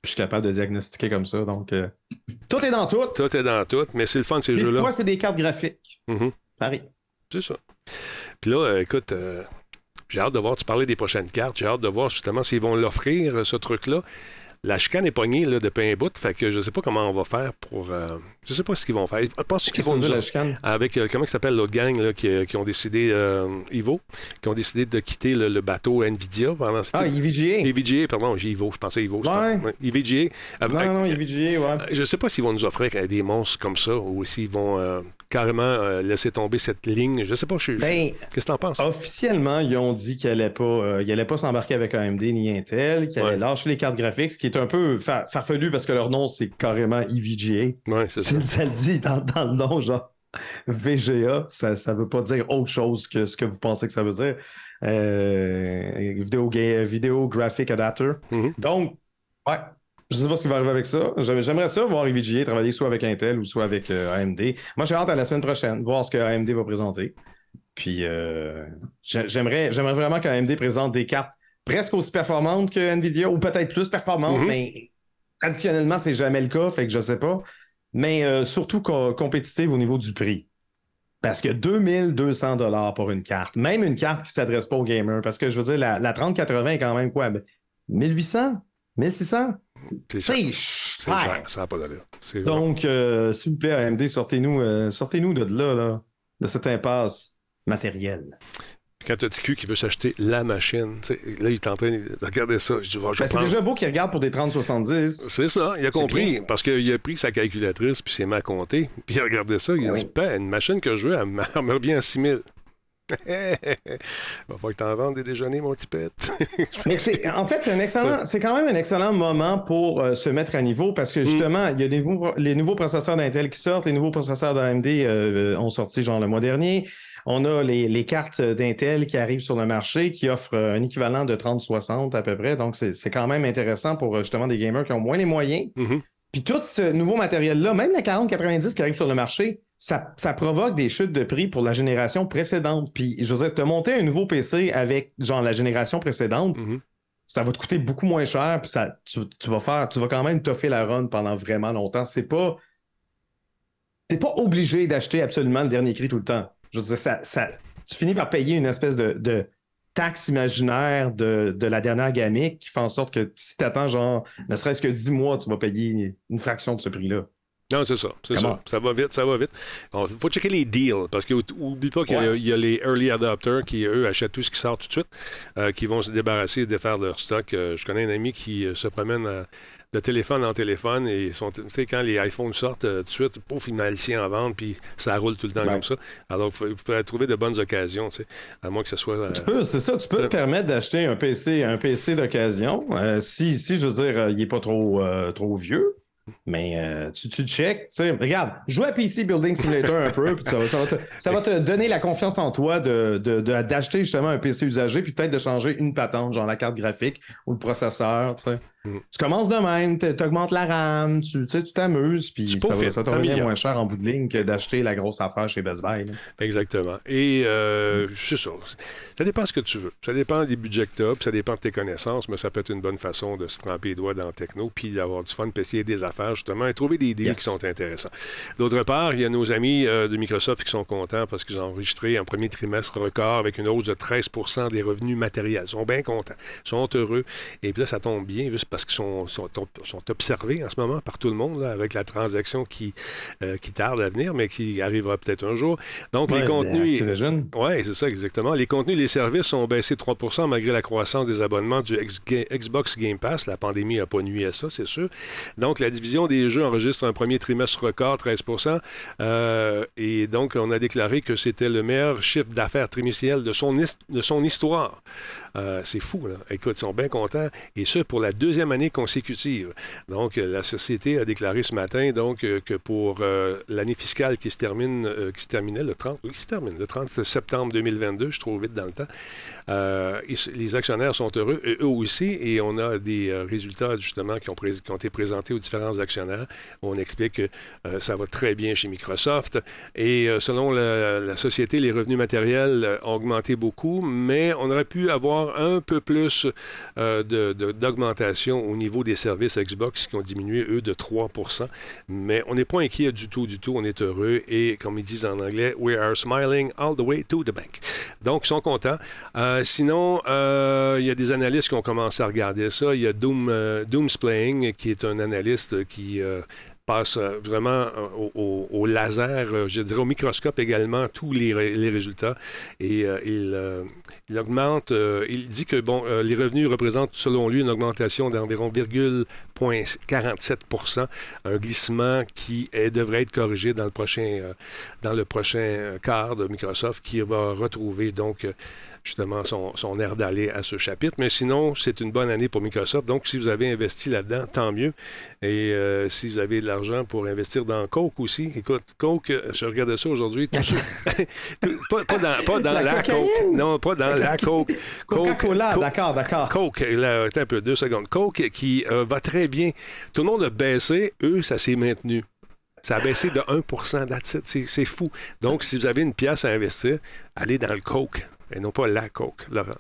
je suis capable de diagnostiquer comme ça. Donc, euh, tout est dans tout. Tout est dans tout, mais c'est le fun de ces Des jeux-là. fois, c'est des cartes graphiques. Mm-hmm. Pareil. C'est ça. Puis là, euh, écoute, euh, j'ai hâte de voir, tu parlais des prochaines cartes, j'ai hâte de voir justement s'ils vont l'offrir, ce truc-là. La chicane est pognée là, depuis un bout, fait que je sais pas comment on va faire pour... Euh, je sais pas ce qu'ils vont faire. Penses-tu qu'ils vont nous... la chicane? Avec, euh, comment il s'appelle l'autre gang là, qui, qui ont décidé, euh, Evo, qui ont décidé de quitter le, le bateau Nvidia pendant... Ah, E V G A. E V G A, pardon, j'ai Evo, je pensais Evo. Ouais. Pas... E V G A. Non, euh, non, E V G A, ouais. Je sais pas s'ils vont nous offrir des monstres comme ça ou s'ils vont euh, carrément euh, laisser tomber cette ligne. Je sais pas, je, je... Ben, qu'est-ce que t'en penses? Officiellement, ils ont dit qu'ils n'allaient pas, euh, ils allaient pas s'embarquer avec A M D ni Intel, qu'ils allaient Ouais. lâcher les cartes graphiques, ce qui est un peu fa- farfelu parce que leur nom, c'est carrément E V G A. Ouais, c'est ça. Si ça le dit dans, dans le nom, genre V G A, ça ne veut pas dire autre chose que ce que vous pensez que ça veut dire. Euh, vidéo, ga- vidéo Graphic Adapter. Mm-hmm. Donc, ouais, je ne sais pas ce qui va arriver avec ça. J'aimerais ça voir E V G A travailler soit avec Intel ou soit avec euh, A M D. Moi, j'ai hâte à la semaine prochaine, voir ce que A M D va présenter. Puis, euh, j'aimerais, j'aimerais vraiment qu'A M D présente des cartes presque aussi performantes que Nvidia, ou peut-être plus performantes, Mm-hmm. mais traditionnellement, c'est jamais le cas, fait que je sais pas. Mais euh, surtout co- compétitive au niveau du prix. Parce que deux mille deux cents dollars pour une carte, même une carte qui ne s'adresse pas aux gamers, parce que je veux dire, la, la trente quatre-vingts est quand même quoi? mille huit cents? mille six cents? C'est C'est cher. cher. C'est cher, ça n'a pas d'allure. C'est Donc, euh, s'il vous plaît, A M D, sortez-nous euh, sortez-nous de là, là, de cette impasse matérielle. Quand tu as dit Q qui veut s'acheter la machine, tu sais, là, il est en train de regarder ça. Je dis, va, je Ben, vais c'est prendre- déjà beau qu'il regarde pour des trente soixante-dix. C'est ça, il a C'est compris, bien, ça. parce qu'il a pris sa calculatrice, puis s'est mis à compter, puis il a regardé ça, il a Oui. dit, ben, une machine que je veux, elle me elle me revient à six mille. Va falloir que t'en vendes des déjeuners, mon petit pet. Mais c'est, en fait, c'est un excellent, c'est quand même un excellent moment pour euh, se mettre à niveau parce que justement, il y a des nouveaux, les nouveaux processeurs d'Intel qui sortent, les nouveaux processeurs d'A M D euh, ont sorti genre le mois dernier. On a les, les cartes d'Intel qui arrivent sur le marché qui offrent euh, un équivalent de trente soixante à peu près. Donc, c'est, c'est quand même intéressant pour euh, justement des gamers qui ont moins les moyens. Mhm. Puis tout ce nouveau matériel-là, même la quarante quatre-vingt-dix qui arrive sur le marché, ça, ça provoque des chutes de prix pour la génération précédente. Puis, je veux dire, te monter un nouveau P C avec, genre, la génération précédente, Mhm. ça va te coûter beaucoup moins cher, puis ça, tu, tu vas faire, tu vas quand même toffer la run pendant vraiment longtemps. C'est pas... T'es pas obligé d'acheter absolument le dernier cri tout le temps. Je veux dire, ça, ça, tu finis par payer une espèce de... de taxe imaginaire de, de la dernière gamique qui fait en sorte que si tu attends genre ne serait-ce que dix mois, tu vas payer une fraction de ce prix-là. Non, c'est ça, c'est Comment? ça. Ça va vite, ça va vite. Il faut checker les deals, parce qu'oublie pas qu'il y, a- Ouais. il y a les early adopters qui, eux, achètent tout ce qui sort tout de suite, euh, qui vont se débarrasser et défaire leur stock. Euh, je connais un ami qui euh, se promène à- de téléphone en téléphone et ils sont, tu sais, quand les iPhones sortent euh, tout de suite, pouf, il met le sien en vente, puis ça roule tout le temps Ouais. comme ça. Alors, il faut- il faudrait trouver de bonnes occasions, tu sais, à moins que ce soit... euh, Tu peux, c'est ça, tu peux te permettre d'acheter un P C, un P C d'occasion. Euh, si, si, je veux dire, euh, il n'est pas trop, euh, trop vieux. Mais euh, tu, tu check, tu sais, regarde, joue à P C Building Simulator un peu, puis ça, va, ça, va te, ça va te donner la confiance en toi de, de, de- d'acheter justement un P C usagé, puis peut-être de changer une patente, genre la carte graphique ou le processeur, tu sais. Mm. Tu commences de même, tu augmentes la RAM, tu tu sais, tu t'amuses, puis Tu ça, va- peaufites, ça te revient t'améliores. moins cher en bout de ligne que d'acheter la grosse affaire chez Best Buy. là. Exactement. Et euh, c'est ça. Ça dépend de ce que tu veux. Ça dépend des budgets que tu as, puis ça dépend de tes connaissances, mais ça peut être une bonne façon de se tremper les doigts dans le techno, puis d'avoir du fun, puis essayer des affaires, justement, et trouver des deals Yes. qui sont intéressants. D'autre part, il y a nos amis euh, de Microsoft qui sont contents parce qu'ils ont enregistré un premier trimestre record avec une hausse de treize pour cent des revenus matériels. Ils sont bien contents. Ils sont heureux. Et puis là, ça tombe bien, juste parce qu'ils sont, sont, sont observés en ce moment par tout le monde, là, avec la transaction qui, euh, qui tarde à venir, mais qui arrivera peut-être un jour. Donc, Ouais, les contenus... Activision. Oui, c'est ça, exactement. Les contenus et les services ont baissé de trois pour cent malgré la croissance des abonnements du X- Xbox Game Pass. La pandémie n'a pas nuit à ça, c'est sûr. Donc, la division des jeux enregistre un premier trimestre record, treize pour cent. Euh, et donc, on a déclaré que c'était le meilleur chiffre d'affaires trimestriel de son, his- de son histoire. Euh, c'est fou, là. Écoute, ils sont bien contents. Et ce, pour la deuxième année consécutive. Donc, euh, la société a déclaré ce matin donc, euh, que pour euh, l'année fiscale qui se termine, euh, qui se terminait le trente, oui, qui se termine le trente septembre deux mille vingt-deux, je trouve vite dans le temps, euh, ils- les actionnaires sont heureux, eux aussi, et on a des euh, résultats, justement, qui ont, pré- qui ont été présentés aux différents actionnaires. On explique que euh, ça va très bien chez Microsoft. Et euh, selon la, la société, les revenus matériels euh, ont augmenté beaucoup, mais on aurait pu avoir avoir un peu plus euh, de, de, d'augmentation au niveau des services Xbox qui ont diminué, eux, de trois pour cent. Mais on n'est pas inquiet du tout, du tout. On est heureux. Et comme ils disent en anglais, we are smiling all the way to the bank. Donc, ils sont contents. Euh, sinon, euh, il y a des analystes qui ont commencé à regarder ça. Il y a Doom, euh, Doomsplaying, qui est un analyste qui... Euh, passe vraiment au, au, au laser, je dirais au microscope également, tous les, les résultats. Et euh, il, euh, il augmente, euh, il dit que bon, euh, les revenus représentent selon lui une augmentation d'environ virgule quarante-sept pour cent, un glissement qui est, devrait être corrigé dans le prochain, euh, dans le prochain quart de Microsoft, qui va retrouver donc justement son, son air d'aller à ce chapitre. Mais sinon, c'est une bonne année pour Microsoft. Donc, si vous avez investi là-dedans, tant mieux. Et euh, si vous avez de l'argent pour investir dans Coke aussi, écoute, Coke, je regardais ça aujourd'hui, tout ça, tout, pas, pas dans, pas dans la, la Coke. Non, pas dans la Coke. Coca-Cola, d'accord, d'accord. Coke, là, attends un peu, deux secondes. Coke qui euh, va très bien. Tout le monde a baissé, eux, ça s'est maintenu. Ça a baissé de un pour cent d'attitude. C'est, c'est fou. Donc, si vous avez une pièce à investir, allez dans le Coke. Et non pas la Coke, Laurent.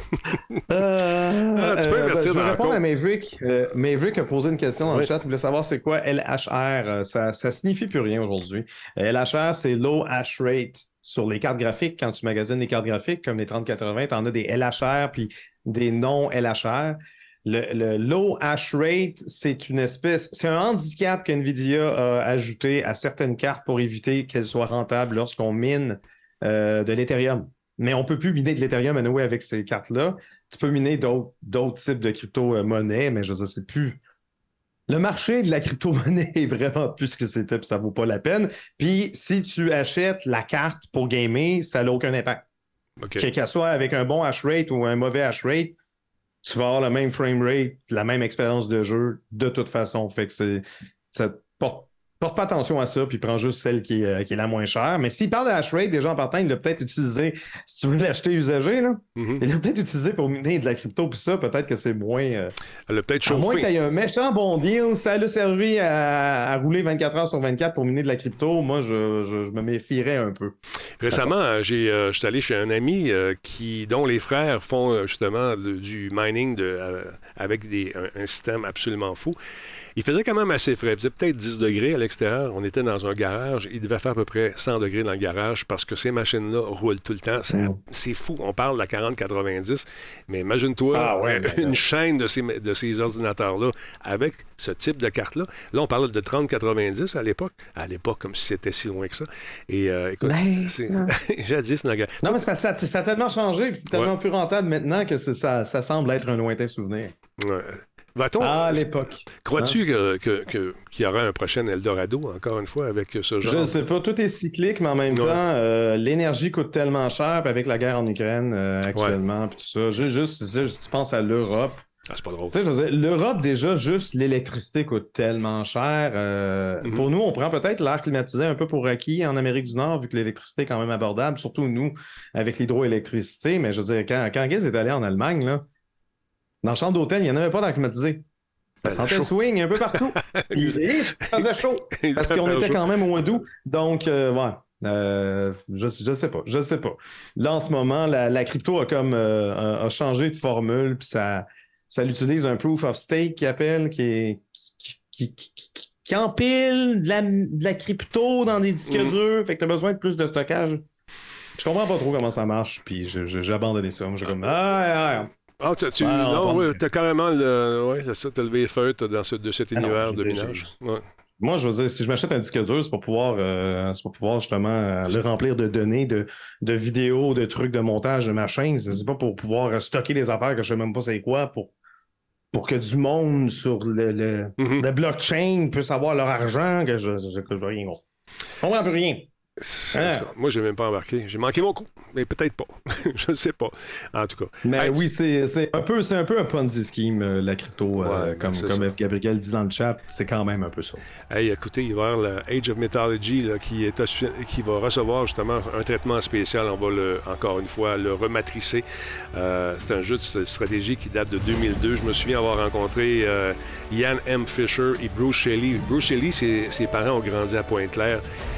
euh, ah, tu peux investir euh, ben, dans la Coke. Je vais répondre à Maverick. Euh, Maverick a posé une question dans oui. le chat. Il voulait savoir c'est quoi L H R. Ça, ça signifie plus rien aujourd'hui. L H R, c'est Low Hash Rate. Sur les cartes graphiques, quand tu magasines des cartes graphiques, comme les trente quatre-vingts, tu en as des L H R puis des non-L H R. Le, le low hash rate, c'est une espèce, c'est un handicap qu'NVIDIA a ajouté à certaines cartes pour éviter qu'elles soient rentables lorsqu'on mine euh, de l'Ethereum. Mais on ne peut plus miner de l'Ethereum anyway avec ces cartes-là. Tu peux miner d'autres, d'autres types de crypto-monnaies, mais je veux dire, c'est plus... Le marché de la crypto-monnaie est vraiment plus ce que c'était, puis ça ne vaut pas la peine. Puis si tu achètes la carte pour gamer, ça n'a aucun impact. Okay. Qu'elle soit avec un bon hash rate ou un mauvais hash rate, tu vas avoir le même frame rate, la même expérience de jeu de toute façon. Fait que c'est, ça porte, porte pas attention à ça, puis prends juste celle qui est, qui est la moins chère. Mais s'il parle de hash rate, déjà en partant, il l'a peut-être utilisé, si tu veux l'acheter usagé, là, mm-hmm. il l'a peut-être utilisé pour miner de la crypto, puis ça, peut-être que c'est moins... Euh, Elle l'a peut-être chauffé. À moins qu'il y ait un méchant bon deal, ça l'a servi à, à rouler vingt-quatre heures sur vingt-quatre pour miner de la crypto, moi, je, je, je me méfierais un peu. Récemment, j'ai, euh, je suis allé chez un ami euh, qui, dont les frères font justement de, du mining de, euh, avec des, un, un système absolument fou. Il faisait quand même assez frais. Il faisait peut-être dix degrés à l'extérieur. On était dans un garage. Il devait faire à peu près cent degrés dans le garage parce que ces machines-là roulent tout le temps. Ça, mmh. C'est fou. On parle de la quarante quatre-vingt-dix. Mais imagine-toi ah ouais, euh, une chaîne de ces, de ces ordinateurs-là avec ce type de carte-là. Là, on parle de trente quatre-vingt-dix à l'époque. À l'époque, comme si c'était si loin que ça. Et euh, écoute, ben, c'est... jadis, dans le garage. Non, mais c'est parce que ça, ça a tellement changé. Puis c'est tellement ouais. plus rentable maintenant que ça, ça semble être un lointain souvenir. Ouais. Va-t-on, à l'époque. Crois-tu hein? que, que, que, qu'il y aura un prochain Eldorado, encore une fois, avec ce genre? Je ne sais pas. Tout est cyclique, mais en même ouais. temps, euh, l'énergie coûte tellement cher, puis avec la guerre en Ukraine euh, actuellement, ouais. puis tout ça. Juste, juste, juste, tu penses à l'Europe. Ah, c'est pas drôle. Tu sais, je veux dire, l'Europe, déjà, juste l'électricité coûte tellement cher. Euh, mm-hmm. Pour nous, on prend peut-être l'air climatisé un peu pour acquis en Amérique du Nord, vu que l'électricité est quand même abordable, surtout nous, avec l'hydroélectricité. Mais je veux dire, quand, quand Guiz est allé en Allemagne, là, dans la chambre d'hôtel, il n'y en avait pas dans le climatisé. Ça, ça sentait le swing un peu partout. Il faisait chaud. Parce qu'on était quand même au mois d'août. Donc, euh, ouais. Euh, je, je sais pas. Je sais pas. Là, en ce moment, la, la crypto a comme euh, a changé de formule. Puis ça, ça utilise un proof of stake qui appelle, qui est qui, qui, qui, qui, qui empile de la, de la crypto dans des disques mm. durs. Fait que tu as besoin de plus de stockage. Je comprends pas trop comment ça marche. Puis je, je, j'ai abandonné ça. Moi, j'ai comme ah, ah, Ah, tu, tu, ouais, non, oui, t'as carrément le. Oui, c'est ça, t'as levé les feux dans ce, de cet univers ah non, de minage. Ouais. Moi, je veux dire, si je m'achète un disque dur, c'est pour pouvoir, euh, c'est pour pouvoir justement euh, le remplir de données, de, de vidéos, de trucs de montage, de machins. C'est pas pour pouvoir stocker des affaires que je sais même pas c'est quoi, pour, pour que du monde sur le, le, mm-hmm. le blockchain puisse avoir leur argent, que je je, je, je veux rien. Je comprends plus rien. En tout cas, moi, je n'ai même pas embarqué. J'ai manqué mon coup, mais peut-être pas. Je ne sais pas. En tout cas. Mais hey, oui, c'est, c'est, un peu, c'est un peu un Ponzi scheme, euh, la crypto. Ouais, euh, comme comme F. Gabriel dit dans le chat, c'est quand même un peu ça. Hey, écoutez, il va y avoir le Age of Mythology là, qui, est, qui va recevoir justement un traitement spécial. On va, le, encore une fois, le rematricer. Euh, c'est un jeu de stratégie qui date de deux mille deux. Je me souviens avoir rencontré euh, Ian M. Fisher et Bruce Shelley. Bruce Shelley, ses, ses parents ont grandi à Pointe-Claire.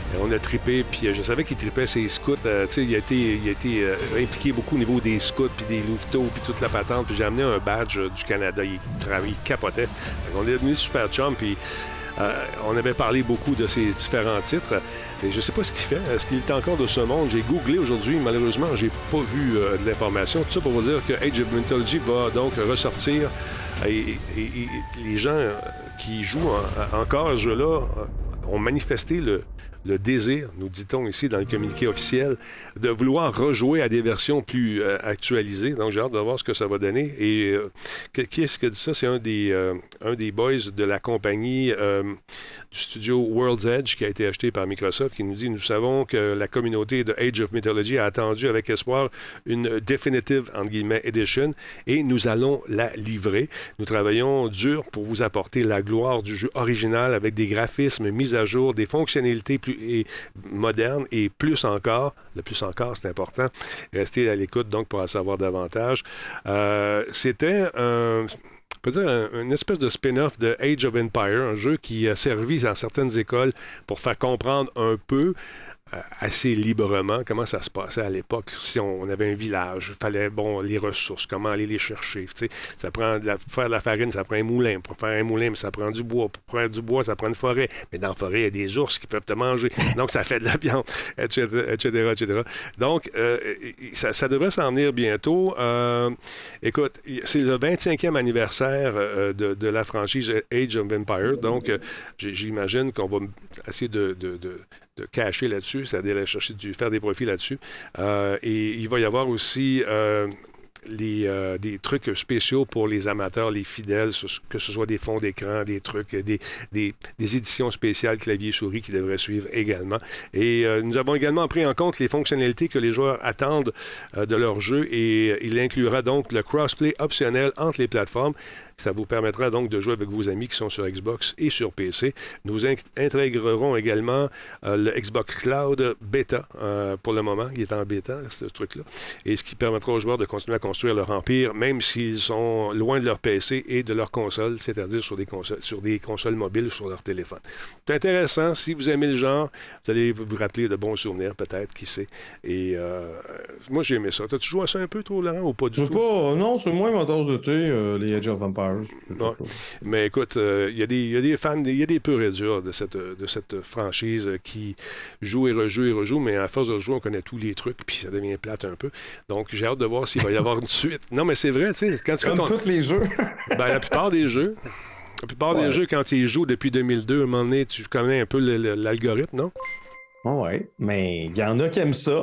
on a trippé, puis je savais qu'il trippait ses scouts. Euh, tu sais, il a été, il a été euh, impliqué beaucoup au niveau des scouts, puis des louveteaux, puis toute la patente. Puis j'ai amené un badge euh, du Canada. Il, il capotait. Donc, on est devenu super chum, puis euh, on avait parlé beaucoup de ses différents titres. Et je ne sais pas ce qu'il fait. Est-ce qu'il est encore de ce monde? J'ai googlé aujourd'hui. Malheureusement, j'ai pas vu euh, de l'information. Tout ça pour vous dire que Age of Mythology va donc ressortir. Et, et, et les gens qui jouent en, encore à ce jeu-là ont manifesté le, le désir, nous dit-on ici dans le communiqué officiel, de vouloir rejouer à des versions plus euh, actualisées. Donc, j'ai hâte de voir ce que ça va donner. Et euh, qui est-ce qui a dit ça? C'est un des, euh, un des boys de la compagnie euh, du studio World's Edge qui a été acheté par Microsoft qui nous dit « Nous savons que la communauté de Age of Mythology a attendu avec espoir une Definitive, entre guillemets, Edition et nous allons la livrer. Nous travaillons dur pour vous apporter la gloire du jeu original avec des graphismes mis à jour, des fonctionnalités plus et modernes et plus encore, le plus encore, c'est important, restez à l'écoute donc pour en savoir davantage. Euh, c'était un... peut-être une espèce de spin-off de Age of Empire, un jeu qui a servi dans certaines écoles pour faire comprendre un peu euh, assez librement comment ça se passait à l'époque. Si on, on avait un village, il fallait, bon, les ressources, comment aller les chercher. Tu sais, ça prend de la, pour faire de la farine, ça prend un moulin. Pour faire un moulin, mais ça prend du bois. Pour faire du bois, ça prend une forêt. Mais dans la forêt, il y a des ours qui peuvent te manger. Donc, ça fait de la viande, et cetera, et cetera, et cetera. Donc, euh, ça, ça devrait s'en venir bientôt. Euh, écoute, c'est le vingt-cinquième anniversaire euh, de, de la franchise Age of Empire. Donc, euh, j'imagine qu'on va essayer de... de, de de cacher là-dessus, c'est-à-dire aller chercher du, faire des profits là-dessus. Euh, et il va y avoir aussi euh, les, euh, des trucs spéciaux pour les amateurs, les fidèles, que ce soit des fonds d'écran, des trucs, des, des, des éditions spéciales clavier-souris qui devraient suivre également. Et euh, nous avons également pris en compte les fonctionnalités que les joueurs attendent euh, de leur jeu et il inclura donc le crossplay optionnel entre les plateformes. Ça vous permettra donc de jouer avec vos amis qui sont sur Xbox et sur P C. Nous intégrerons également euh, le Xbox Cloud Beta euh, pour le moment. Il est en bêta, ce truc-là. Et ce qui permettra aux joueurs de continuer à construire leur empire, même s'ils sont loin de leur P C et de leur console, c'est-à-dire sur des consoles, sur des consoles mobiles ou sur leur téléphone. C'est intéressant. Si vous aimez le genre, vous allez vous rappeler de bons souvenirs, peut-être, qui sait. Et euh, moi, j'ai aimé ça. T'as-tu joué à ça un peu, toi, Laurent, ou pas du tout? Pas, non, c'est moins ma tasse de thé, euh, les Age of Empires. Ouais. Mais écoute, il euh, y, y a des fans, il y a des purs et durs de cette, de cette franchise qui joue et rejoue et rejoue, mais à force de jouer, on connaît tous les trucs, puis ça devient plate un peu. Donc, j'ai hâte de voir s'il va y avoir une suite. Non, mais c'est vrai, tu sais, quand tu Comme fais ton... tous les jeux. Ben, la plupart des jeux. La plupart ouais. des jeux, quand tu y joues depuis deux mille deux, à un moment donné, tu connais un peu le, le, l'algorithme, non? Ouais, mais il y en a qui aiment ça.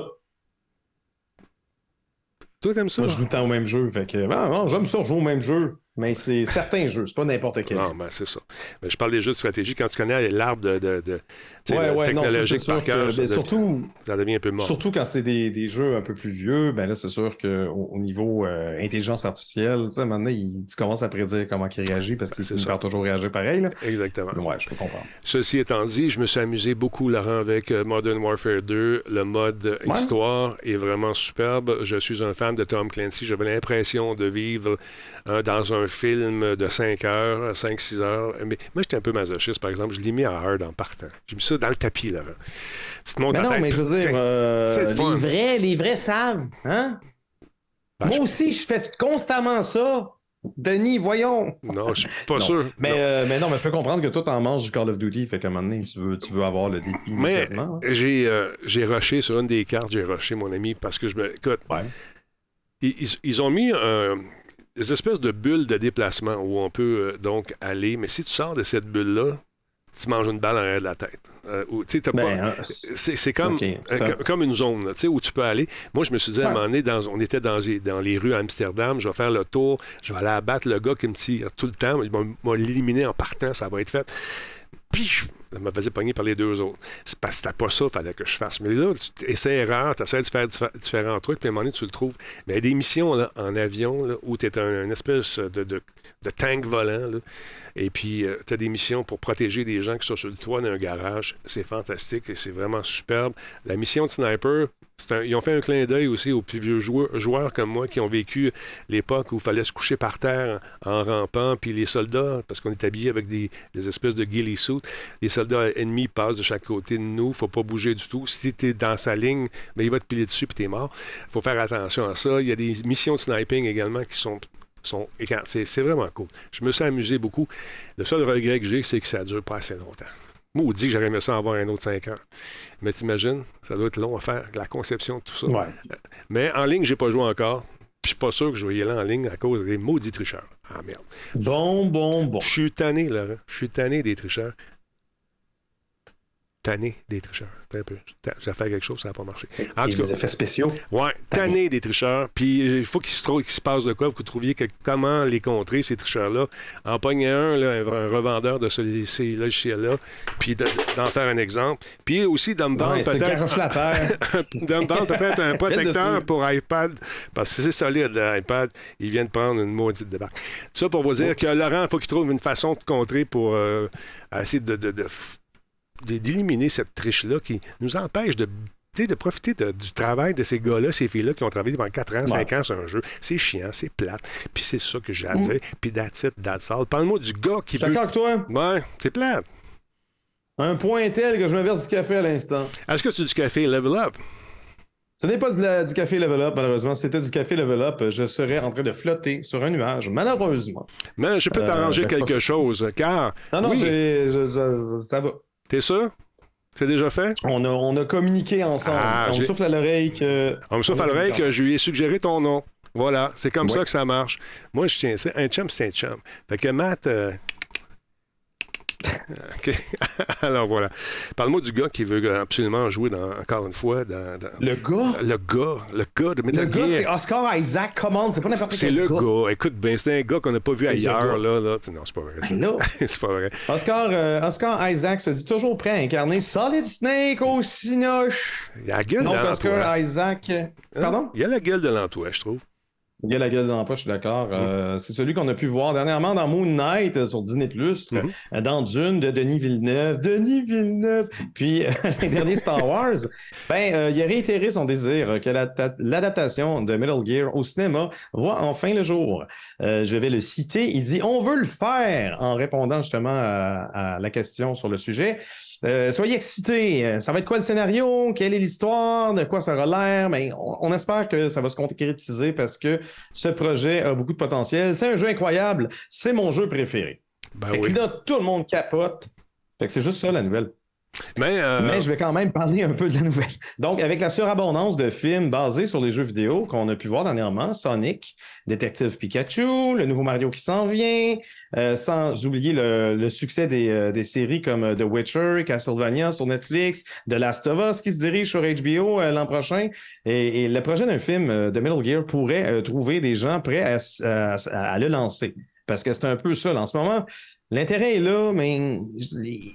Toi, t'aimes ça? Moi, je joue tout le temps au même jeu. Fait que, non, non, j'aime ça, jouer au même jeu. Mais c'est certains jeux, c'est pas n'importe quel. Non, ben c'est ça. Mais je parle des jeux de stratégie. Quand tu connais l'arbre de, de, de, ouais, ouais, technologique non, par cœur, ça, surtout, ça devient un peu mort. Surtout quand c'est des, des jeux un peu plus vieux, ben là, c'est sûr qu'au au niveau euh, intelligence artificielle, tu sais, maintenant, il, tu commences à prédire comment il réagit parce qu'il va toujours réagir pareil. Là. Exactement. Ouais, je peux comprendre. Ceci étant dit, je me suis amusé beaucoup, Laurent, avec Modern Warfare deux. Le mode ouais. histoire est vraiment superbe. Je suis un fan de Tom Clancy. J'avais l'impression de vivre euh, dans un film de cinq heures, cinq six heures. Mais moi, j'étais un peu masochiste, par exemple. Je l'ai mis en hard en partant. J'ai mis ça dans le tapis, là. Tu te montres mais non, tête, mais je veux dire, euh, les vrais, les vrais savent, hein? Ben, moi je... aussi, je fais constamment ça. Denis, voyons. Non, je suis pas non. sûr. Mais non. Euh, mais non, mais je peux comprendre que toi, t'en manges du Call of Duty. Fait qu'à un moment donné, tu veux, tu veux avoir le défi immédiatement. Mais j'ai, euh, j'ai rushé sur une des cartes, j'ai rushé, mon ami, parce que je me... Écoute, ouais. ils, ils ont mis... Euh, des espèces de bulles de déplacement où on peut euh, donc aller, mais si tu sors de cette bulle-là, tu manges une balle en arrière de la tête. Euh, où, t'as ben, pas, euh, c'est, c'est comme, okay, euh, comme, comme une zone là, où tu peux aller. Moi, je me suis dit, à un ouais. moment donné, dans, on était dans, dans les rues à Amsterdam, je vais faire le tour, je vais aller abattre le gars qui me tire tout le temps, il m'a éliminé en partant, ça va être fait. Puis, ça me faisait pogner par les deux autres. C'est parce que c'était pas ça qu'il fallait que je fasse. Mais là, tu essaies erreur, tu essaies de faire diffé- différents trucs, puis à un moment donné, tu le trouves. Mais il y a des missions là, en avion là, où tu es un, une espèce de, de, de tank volant, là, et puis euh, tu as des missions pour protéger des gens qui sont sur le toit d'un garage. C'est fantastique et c'est vraiment superbe. La mission de Sniper, c'est un, ils ont fait un clin d'œil aussi aux plus vieux joueurs, joueurs comme moi qui ont vécu l'époque où il fallait se coucher par terre en, en rampant, puis les soldats, parce qu'on est habillé avec des, des espèces de ghillie suits, les soldats soldats ennemis passent de chaque côté de nous. Faut pas bouger du tout. Si tu es dans sa ligne, ben, il va te piler dessus puis tu es mort. Faut faire attention à ça. Il y a des missions de sniping également qui sont... sont c'est, c'est vraiment cool. Je me suis amusé beaucoup. Le seul regret que j'ai, c'est que ça dure pas assez longtemps. Maudit que j'aurais aimé ça avoir un autre cinq heures. Mais t'imagines, ça doit être long à faire, la conception, tout ça. Ouais. Mais en ligne, j'ai pas joué encore. Je suis pas sûr que je vais y aller en ligne à cause des maudits tricheurs. Ah merde. Bon, bon, bon. Je suis tanné, Laurent. Je suis tanné des tricheurs. Tanné des tricheurs. Un peu. J'ai fait quelque chose, ça n'a pas marché. En tout cas, des effets spéciaux. Ouais, tanné, tanné des tricheurs. Puis il faut qu'il se, trouve, qu'il se passe de quoi, que vous trouviez que, comment les contrer, ces tricheurs-là. En pogner un, là, un revendeur de ce, ces logiciels-là, puis de, d'en faire un exemple. Puis aussi de me vendre ouais, peut-être. La terre. de me vendre peut-être un protecteur pour iPad, parce que c'est solide, l'iPad. Il vient de prendre une maudite débarque. Ça pour vous dire Oups. que Laurent, il faut qu'il trouve une façon de contrer pour euh, essayer de. de, de d'éliminer cette triche-là qui nous empêche de, de profiter de, du travail de ces gars-là, ces filles-là qui ont travaillé pendant quatre ans, cinq ouais. ans sur un jeu. C'est chiant, c'est plate. Puis c'est ça que j'ai à mmh. dire. Puis that's it, that's all. Parle-moi du gars qui veut... D'accord avec toi? Ouais, c'est plate. Un point tel que je me verse du café à l'instant. Est-ce que c'est du café Level Up? Ce n'est pas du, la, du café Level Up, malheureusement. Si c'était du café Level Up, je serais en train de flotter sur un nuage, malheureusement. Mais je peux t'arranger euh, ben, quelque chose, car... Non, non, oui. j'ai, je, je, ça va. T'es sûr? C'est déjà fait? On a, on a communiqué ensemble. Ah, on me souffle à l'oreille que... On me souffle à l'oreille que je lui ai suggéré ton nom. Voilà, c'est comme ouais. ça que ça marche. Moi, je tiens ça. Un chum, c'est un chum. Fait que Matt... Euh... OK. Alors voilà. Parle-moi du gars qui veut absolument jouer dans, encore une fois dans, dans... Le gars? Le gars. Le gars de Metal Le gars, Gear. C'est Oscar Isaac Command. C'est pas n'importe quel C'est le gars. gars. Écoute bien, c'est un gars qu'on n'a pas vu c'est ailleurs. Là, là. Non, c'est pas vrai. Ça. Non. C'est pas vrai. Oscar, euh, Oscar Isaac se dit toujours prêt à incarner Solid Snake au cinoche. Il a la gueule Donc, de Oscar Isaac... Pardon? Il a la gueule de l'Antoine, je trouve. Il y a la gueule dans l'emploi, je suis d'accord. Mm. Euh, c'est celui qu'on a pu voir dernièrement dans Moon Knight euh, sur Disney plus, mm-hmm. euh, dans Dune de Denis Villeneuve. Denis Villeneuve! Puis, euh, les derniers Star Wars, ben, euh, il a réitéré son désir que la, l'adaptation de Metal Gear au cinéma voit enfin le jour. Euh, je vais le citer. Il dit « On veut le faire » en répondant justement à, à la question sur le sujet. Euh, soyez excités. Ça va être quoi le scénario? Quelle est l'histoire? De quoi ça aura l'air? Mais on, on espère que ça va se concrétiser parce que ce projet a beaucoup de potentiel. C'est un jeu incroyable. C'est mon jeu préféré. Ben fait oui. que là, tout le monde capote. Fait que c'est juste ça, la nouvelle. Mais, euh... Mais je vais quand même parler un peu de la nouvelle. Donc, avec la surabondance de films basés sur les jeux vidéo qu'on a pu voir dernièrement, Sonic, Détective Pikachu, le nouveau Mario qui s'en vient, euh, sans oublier le, le succès des, euh, des séries comme The Witcher, Castlevania sur Netflix, The Last of Us qui se dirige sur H B O euh, l'an prochain. Et, et le projet d'un film euh, de Metal Gear pourrait euh, trouver des gens prêts à, à, à, à le lancer. Parce que c'est un peu ça. Là. En ce moment, l'intérêt est là, mais... Les...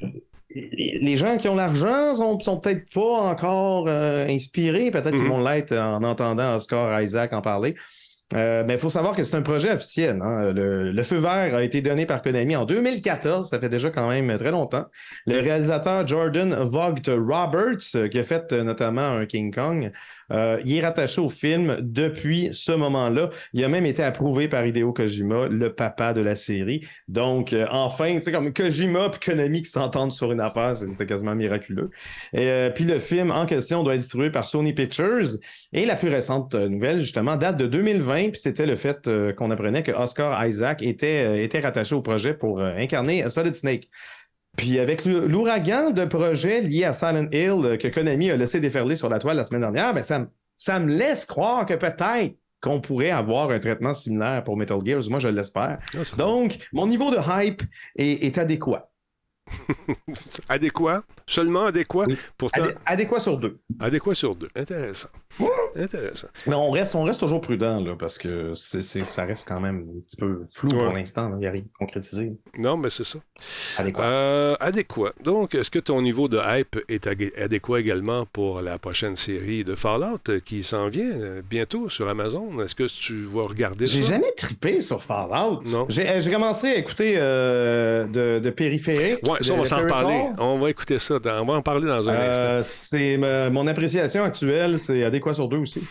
Les gens qui ont l'argent sont, sont peut-être pas encore euh, inspirés. Peut-être mm-hmm. qu'ils vont l'être en entendant Oscar Isaac en parler. Euh, mais il faut savoir que c'est un projet officiel. Hein. Le, le feu vert a été donné par Konami en deux mille quatorze. Ça fait déjà quand même très longtemps. Le réalisateur Jordan Vogt Roberts, qui a fait notamment un King Kong, euh, il est rattaché au film depuis ce moment-là. Il a même été approuvé par Hideo Kojima, le papa de la série. Donc, euh, enfin, tu sais, comme Kojima et Konami qui s'entendent sur une affaire, c'était quasiment miraculeux. Et euh, puis le film en question doit être distribué par Sony Pictures. Et la plus récente nouvelle, justement, date de deux mille vingt, puis c'était le fait euh, qu'on apprenait que Oscar Isaac était, euh, était rattaché au projet pour euh, incarner Solid Snake. Puis avec l'ouragan de projets liés à Silent Hill que Konami a laissé déferler sur la toile la semaine dernière, ben ça, ça me laisse croire que peut-être qu'on pourrait avoir un traitement similaire pour Metal Gear. Moi, je l'espère. Oh, donc, mon niveau de hype est, est adéquat. Adéquat? Seulement adéquat? Oui. Pourtant... Adé- adéquat sur deux. Adéquat sur deux. Intéressant. Ouh! Intéressant. Mais on reste, on reste toujours prudent, là, parce que c'est, c'est, ça reste quand même un petit peu flou ouais. pour l'instant. Il n'y a rien de concrétisé. Non, mais c'est ça. Adéquat. Euh, adéquat. Donc, est-ce que ton niveau de hype est adéquat également pour la prochaine série de Fallout qui s'en vient bientôt sur Amazon? Est-ce que tu vas regarder J'ai ça? J'ai jamais trippé sur Fallout. Non. J'ai, j'ai commencé à écouter euh, de, de Périphérique. Ouais, Ouais, ça, on va s'en reparler. On va écouter ça. Dans... On va en parler dans un euh, instant. C'est euh, mon appréciation actuelle, c'est adéquat sur deux aussi.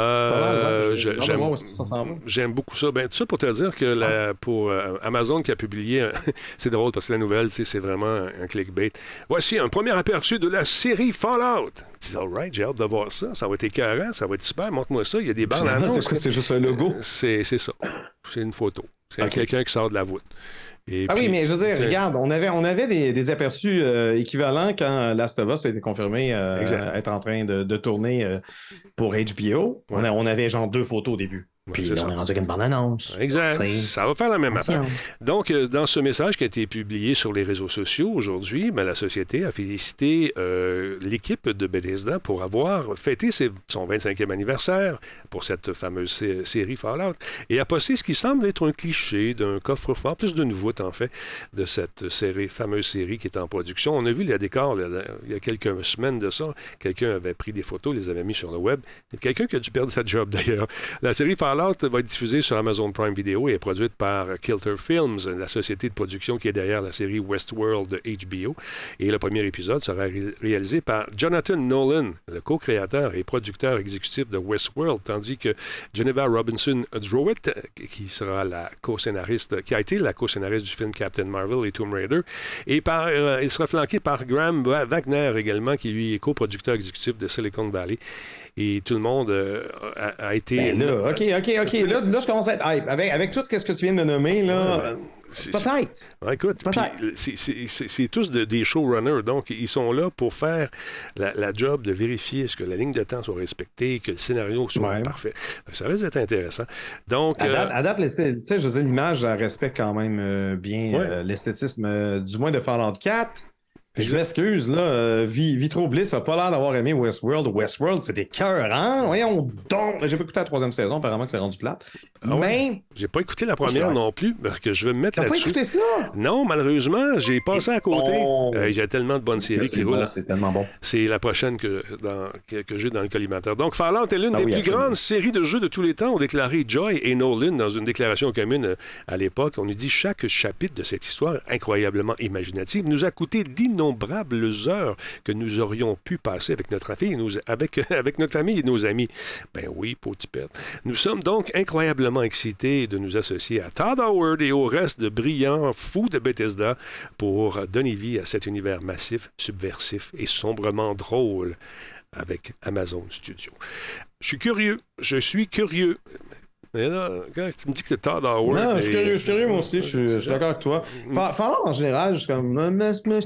Euh, ouais, je, j'aime, j'aime, j'aime beaucoup ça. Ben, tout ça pour te dire que la, pour euh, Amazon qui a publié, c'est drôle parce que la nouvelle, c'est vraiment un clickbait. Voici un premier aperçu de la série Fallout. Tu dis, all right, j'ai hâte de voir ça. Ça va être écœurant, ça va être super. Montre-moi ça. Il y a des bandes annonces. C'est quoi, c'est juste un logo? C'est, c'est ça. C'est une photo. C'est okay. Quelqu'un qui sort de la voûte. Et ah puis, oui, mais je veux dire, regarde, on avait, on avait des, des aperçus euh, équivalents quand Last of Us a été confirmé euh, être en train de, de tourner euh, pour H B O. Ouais. On, a, on avait genre deux photos au début. Puis ouais, on est rendu avec une bande-annonce. Exact. C'est... Ça va faire la même affaire. Donc, euh, dans ce message qui a été publié sur les réseaux sociaux aujourd'hui, ben, la société a félicité euh, l'équipe de Bethesda pour avoir fêté ses, son vingt-cinquième anniversaire pour cette fameuse sé- série Fallout et a posté ce qui semble être un cliché d'un coffre-fort, plus d'une voûte en fait, de cette série, fameuse série qui est en production. On a vu les décors là, il y a quelques semaines de ça. Quelqu'un avait pris des photos, les avait mis sur le web. Quelqu'un qui a dû perdre sa job d'ailleurs. La série Fallout va être diffusée sur Amazon Prime Video et est produite par Kilter Films, la société de production qui est derrière la série Westworld de H B O. Et le premier épisode sera ré- réalisé par Jonathan Nolan, le co-créateur et producteur exécutif de Westworld, tandis que Geneva Robinson Druitt, qui sera la co-scénariste, qui a été la co-scénariste du film Captain Marvel et Tomb Raider, et par, euh, il sera flanqué par Graham Wagner également, qui lui est co-producteur exécutif de Silicon Valley. Et tout le monde euh, a, a été... Ben là, OK, OK, OK. Là, là, je commence à être hype. Avec, avec tout ce que tu viens de nommer, là... Ouais, ben, c'est, peut-être. C'est... Ouais, écoute, peut-être. C'est, c'est, c'est, c'est tous de, des showrunners. Donc, ils sont là pour faire la, la job de vérifier est-ce que la ligne de temps soit respectée, que le scénario soit ouais. parfait. Ça risque d'être intéressant. Donc... À date, euh... à date tu sais, je veux dire, l'image, elle respecte quand même euh, bien ouais. euh, l'esthétisme, euh, du moins de Fallout quatre. Je m'excuse, là, euh, Vitro Bliss n'a pas l'air d'avoir aimé Westworld. Westworld, c'était cœur, hein? Voyons donc! J'ai pas écouté la troisième saison, apparemment que c'est rendu plate. Ah mais... Ouais. J'ai pas écouté la première non plus, parce que je vais me mettre T'as là-dessus. T'as pas écouté ça? Non, malheureusement, j'ai passé à côté. Bon. Euh, j'ai tellement de bonnes séries qui bon, roulent. C'est tellement bon. C'est la prochaine que, dans, que, que j'ai dans le collimateur. Donc, Fallout est l'une ah, des oui, plus absolument. grandes séries de jeux de tous les temps, ont déclaré Joy et Nolan dans une déclaration commune à l'époque. On nous dit chaque chapitre de cette histoire incroyablement imaginative nous a coûté d'innombrables heures que nous aurions pu passer avec notre famille et nos, avec, avec notre famille et nos amis. Ben oui, pauvre tipette. Nous sommes donc incroyablement excités de nous associer à Todd Howard et au reste de brillants fous de Bethesda pour donner vie à cet univers massif, subversif et sombrement drôle avec Amazon Studios. Je suis curieux, je suis curieux. Mais là, quand tu me dis que c'est Todd Howard... Non, je suis curieux, je suis curieux moi aussi, je suis, je suis d'accord avec toi. Fallout, en général, je suis comme...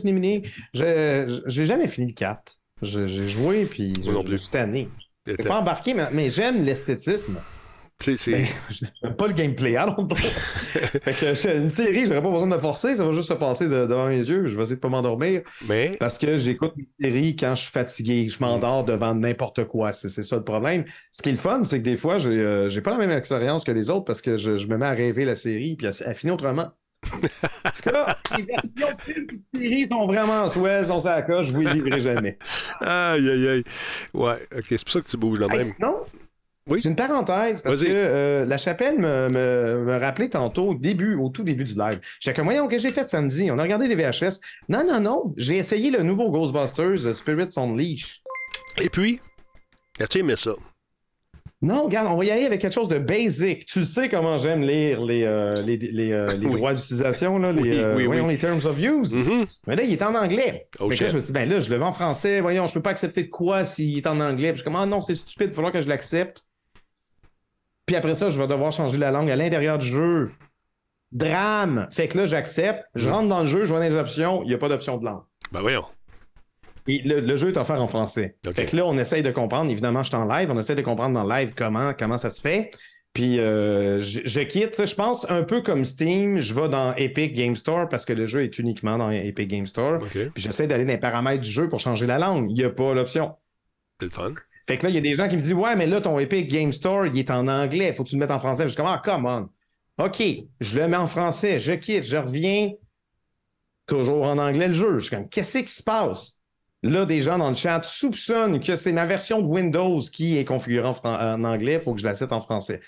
J'ai, j'ai jamais fini le quatre. J'ai, j'ai joué, puis je, je suis tanné. Je suis pas embarqué, mais, mais j'aime l'esthétisme. C'est, c'est... Mais, j'aime pas le gameplay, alors. Fait que une série, j'aurais pas besoin de me forcer, ça va juste se passer de, devant mes yeux. Je vais essayer de pas m'endormir. Mais... Parce que j'écoute une série quand je suis fatigué, je m'endors devant n'importe quoi. C'est, c'est ça le problème. Ce qui est le fun, c'est que des fois, j'ai, euh, j'ai pas la même expérience que les autres parce que je, je me mets à rêver la série, puis elle, elle finit autrement. En tout cas, les versions de films et de séries sont vraiment swell, sont ça à coche, je vous les livrerai jamais. Aïe, aïe, aïe. Ouais, OK, c'est pour ça que tu bouges là même. Hey, sinon, oui? C'est une parenthèse, parce Vas-y. que euh, la chapelle me, me, me rappelait tantôt, au début, au tout début du live. J'étais comme, voyons, qu'est-ce que j'ai fait samedi? On a regardé des V H S. Non, non, non, j'ai essayé le nouveau Ghostbusters, Spirits Unleashed. Et puis, as-tu aimé ça? Non, regarde, on va y aller avec quelque chose de basic. Tu sais comment j'aime lire les, euh, les, les, euh, les oui. droits d'utilisation, là, les, oui, euh, oui, voyons, oui. les terms of use. Mm-hmm. Mais là, il est en anglais. Oh, fait que là, je me suis dit, ben là, je le mets en français. Voyons, je peux pas accepter de quoi s'il est en anglais. Puis je suis comme, ah non, c'est stupide, il va falloir que je l'accepte. Puis après ça, je vais devoir changer la langue à l'intérieur du jeu. Drame! Fait que là, j'accepte. Je rentre dans le jeu, je vois les options. Il n'y a pas d'option de langue. Ben voyons. Et le, le jeu est offert en français. Okay. Fait que là, on essaye de comprendre. Évidemment, je suis en live. On essaie de comprendre dans le live comment, comment ça se fait. Puis euh, je, je quitte. Je pense un peu comme Steam. Je vais dans Epic Game Store parce que le jeu est uniquement dans Epic Game Store. Okay. Puis j'essaie d'aller dans les paramètres du jeu pour changer la langue. Il n'y a pas l'option. C'est le fun. Fait que là, il y a des gens qui me disent « Ouais, mais là, ton Epic Game Store, il est en anglais. Faut que tu le mettes en français. » Je suis comme « Ah, come on. » OK, je le mets en français. Je quitte. Je reviens. Toujours en anglais le jeu. Je suis comme « Qu'est-ce qui se passe? » Là, des gens dans le chat soupçonnent que c'est ma version de Windows qui est configurée en, fran- en anglais. Il faut que je la cite en français.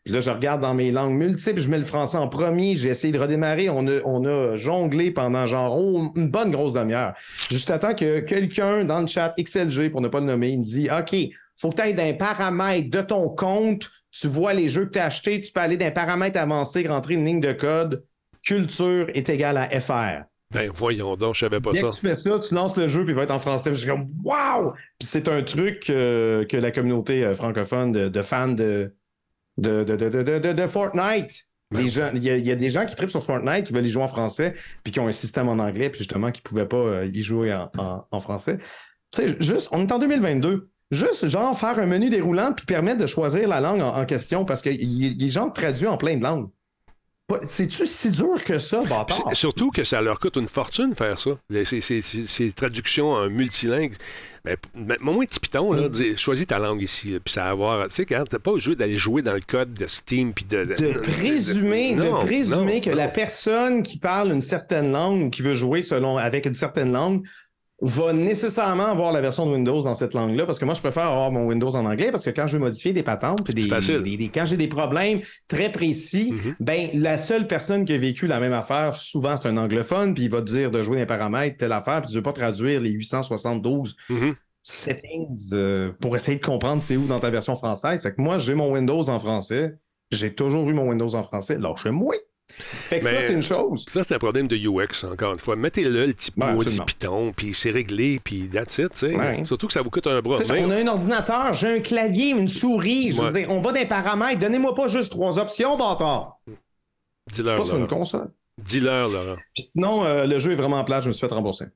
Puis là, je regarde dans mes langues multiples, je mets le français en premier, j'ai essayé de redémarrer. On a, on a jonglé pendant genre oh, une bonne grosse demi-heure. Juste à temps que quelqu'un dans le chat X L G, pour ne pas le nommer, il me dit OK, faut que tu ailles dans les paramètres de ton compte, tu vois les jeux que tu as achetés, tu peux aller dans les paramètres avancés, rentrer une ligne de code, culture est égale à F R. Ben voyons donc, je savais pas Dès ça. que tu fais ça, tu lances le jeu puis il va être en français. Je suis comme wow! Puis c'est un truc euh, que la communauté euh, francophone de, de fans de, de, de, de, de, de, de Fortnite. Il y, y a des gens qui trippent sur Fortnite, qui veulent y jouer en français, puis qui ont un système en anglais, puis justement qui ne pouvaient pas euh, y jouer en, en, en français. Tu sais, juste, on est en deux mille vingt-deux. Juste, genre, faire un menu déroulant puis permettre de choisir la langue en, en question parce que les gens traduisent en plein de langues. C'est-tu si dur que ça, bâtard? Surtout que ça leur coûte une fortune faire ça. Ces, ces, ces traductions en multilingue. Mais, mais moi, petit piton, là, dis, choisis ta langue ici. Là, puis ça va avoir. Tu sais, quand t'as pas au jeu d'aller jouer dans le code de Steam. Puis de, de, de présumer, de, de non, présumer non, que non. la personne qui parle une certaine langue ou qui veut jouer selon avec une certaine langue va nécessairement avoir la version de Windows dans cette langue-là, parce que moi, je préfère avoir mon Windows en anglais, parce que quand je veux modifier des patentes, puis des, des, des, quand j'ai des problèmes très précis, mm-hmm. ben la seule personne qui a vécu la même affaire, souvent, c'est un anglophone, puis il va te dire de jouer dans les paramètres, telle affaire, puis tu ne veux pas traduire les huit cent soixante-douze mm-hmm. settings euh, pour essayer de comprendre c'est où dans ta version française. C'est que moi, j'ai mon Windows en français, j'ai toujours eu mon Windows en français, lâchez-moi! Fait que mais ça, c'est une chose. Ça, c'est un problème de U X, encore une fois. Mettez-le, le petit ouais, maudit piton, puis c'est réglé, puis that's it, tu sais. Ouais. Surtout que ça vous coûte un bras. On a un ordinateur, j'ai un clavier, une souris. Je ouais. veux dire, on va dans les paramètres. Donnez-moi pas juste trois options, bâtard. Dis-leur, pas sur Laurent. une console. Dis-leur, Laurent. Puis sinon, euh, le jeu est vraiment plat, je me suis fait rembourser.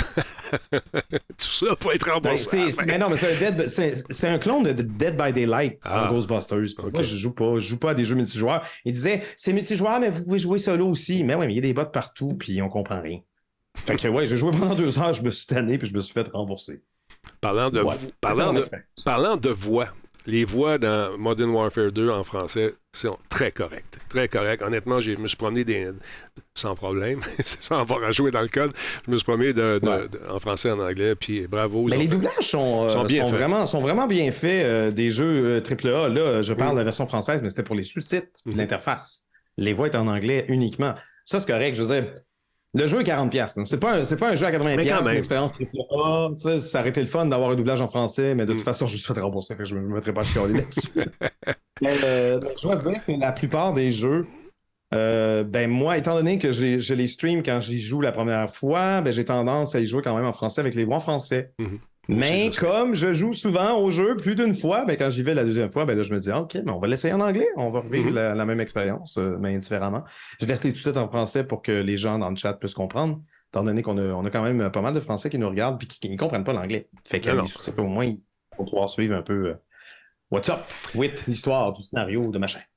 Tout ça pour être remboursé. Ben, c'est, mais non, mais c'est un, dead, c'est, c'est un clone de Dead by Daylight ah, en Ghostbusters. Okay. Moi, je joue pas, je joue pas à des jeux multijoueurs. Il disait, c'est multijoueur, mais vous pouvez jouer solo aussi. Mais ouais, mais il y a des bots partout, puis on comprend rien. Fait que ouais, j'ai joué pendant deux heures, je me suis tanné, puis je me suis fait rembourser. Parlant de, ouais, parlant de, parlant de voix, les voix dans Modern Warfare deux en français sont très correctes. Très correctes. Honnêtement, je me suis promené des, sans problème, sans avoir à jouer dans le code. Je me suis promené de, de, ouais. de, en français et en anglais, puis bravo. Mais les fait, doublages sont, sont, bien sont, vraiment, sont vraiment bien faits euh, des jeux euh, triple A. Là, je parle mmh. de la version française, mais c'était pour les sous-titres, mmh. l'interface. Les voix étaient en anglais uniquement. Ça, c'est correct. Je veux dire, le jeu est quarante dollars. C'est pas, un, c'est pas un jeu à quatre-vingts dollars, c'est une expérience triple A. Ça aurait été le fun d'avoir un doublage en français, mais de toute mmh. façon, je me suis fait rembourser, fait que je ne me mettrai pas à chialer là-dessus. mais, euh, je dois dire que la plupart des jeux, euh, ben moi, étant donné que j'ai, je les stream quand j'y joue la première fois, ben j'ai tendance à y jouer quand même en français avec les voix en français. Mmh. Mais comme je joue souvent au jeu plus d'une fois, ben quand j'y vais la deuxième fois, ben là je me dis ah, OK, mais on va l'essayer en anglais, on va revivre mm-hmm. la, la même expérience, euh, mais différemment. Je laisse les tout en français pour que les gens dans le chat puissent comprendre, étant donné qu'on a, on a quand même pas mal de Français qui nous regardent et qui ne comprennent pas l'anglais. Fait que c'est au moins il faut pouvoir suivre un peu euh, what's up with l'histoire du scénario de machin.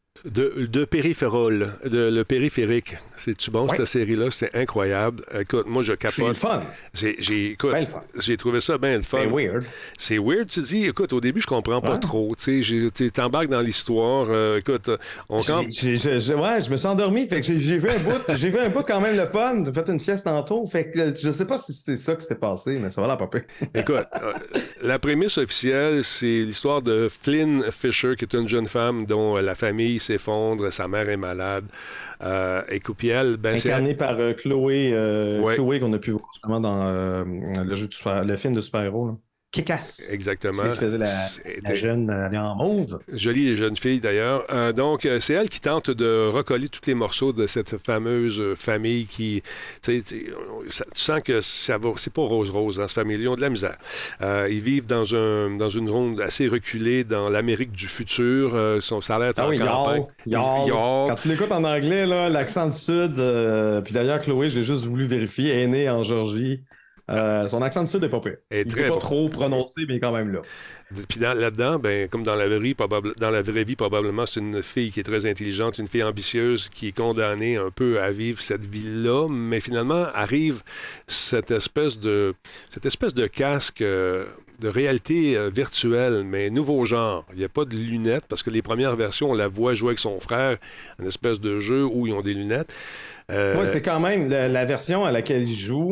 De, de périphérol, de, le périphérique. C'est-tu bon, ouais. cette série-là? C'est incroyable. Écoute, moi, je capote. C'est le fun. J'ai, j'ai, écoute, ben le fun. j'ai trouvé ça bien le fun. C'est weird. C'est weird, tu dis, écoute, au début, je comprends pas ouais. trop. Tu sais, t'embarques dans l'histoire. Euh, écoute, on campe... j'ai, j'ai, j'ai, ouais, je me suis endormi. Fait que j'ai, j'ai vu un bout. J'ai vu un bout quand même le fun. J'ai fait une sieste tantôt. Fait que je sais pas si c'est ça qui s'est passé, mais ça va la popper. Écoute, euh, la prémisse officielle, c'est l'histoire de Flynn Fisher, qui est une jeune femme dont la famille s'effondre, sa mère est malade. Euh, et Coupiel, ben incarné c'est... par euh, Chloé, euh, ouais. Chloé qu'on a pu voir justement dans euh, le jeu de super... le film de super-héros. Là. Kick-Ass. Exactement. C'est qui faisait la, la jeune euh, en mauve. Jolie jeune fille d'ailleurs. Euh, donc, euh, c'est elle qui tente de recoller tous les morceaux de cette fameuse famille qui, tu sais, tu sens que ça va, c'est pas rose-rose dans cette famille, ils ont de la misère. Euh, ils vivent dans, un, dans une ronde assez reculée dans l'Amérique du futur. Euh, son salaire est ah en oui, campagne. Y'all, y'all. Y'all. Quand tu l'écoutes en anglais, là, l'accent du Sud, euh, puis d'ailleurs, Chloé, j'ai juste voulu vérifier, elle est née en Georgie. Euh, son accent du Sud est pas pire. Il n'est pas bon. Trop prononcé, mais quand même là. Puis dans, là-dedans, ben, comme dans la, vraie, probable, dans la vraie vie, probablement, c'est une fille qui est très intelligente, une fille ambitieuse qui est condamnée un peu à vivre cette vie-là, mais finalement arrive cette espèce de, cette espèce de casque euh, de réalité euh, virtuelle, mais nouveau genre. Il n'y a pas de lunettes, parce que les premières versions, on la voit jouer avec son frère, une espèce de jeu où ils ont des lunettes. Euh... Oui, c'est quand même la, la version à laquelle il joue.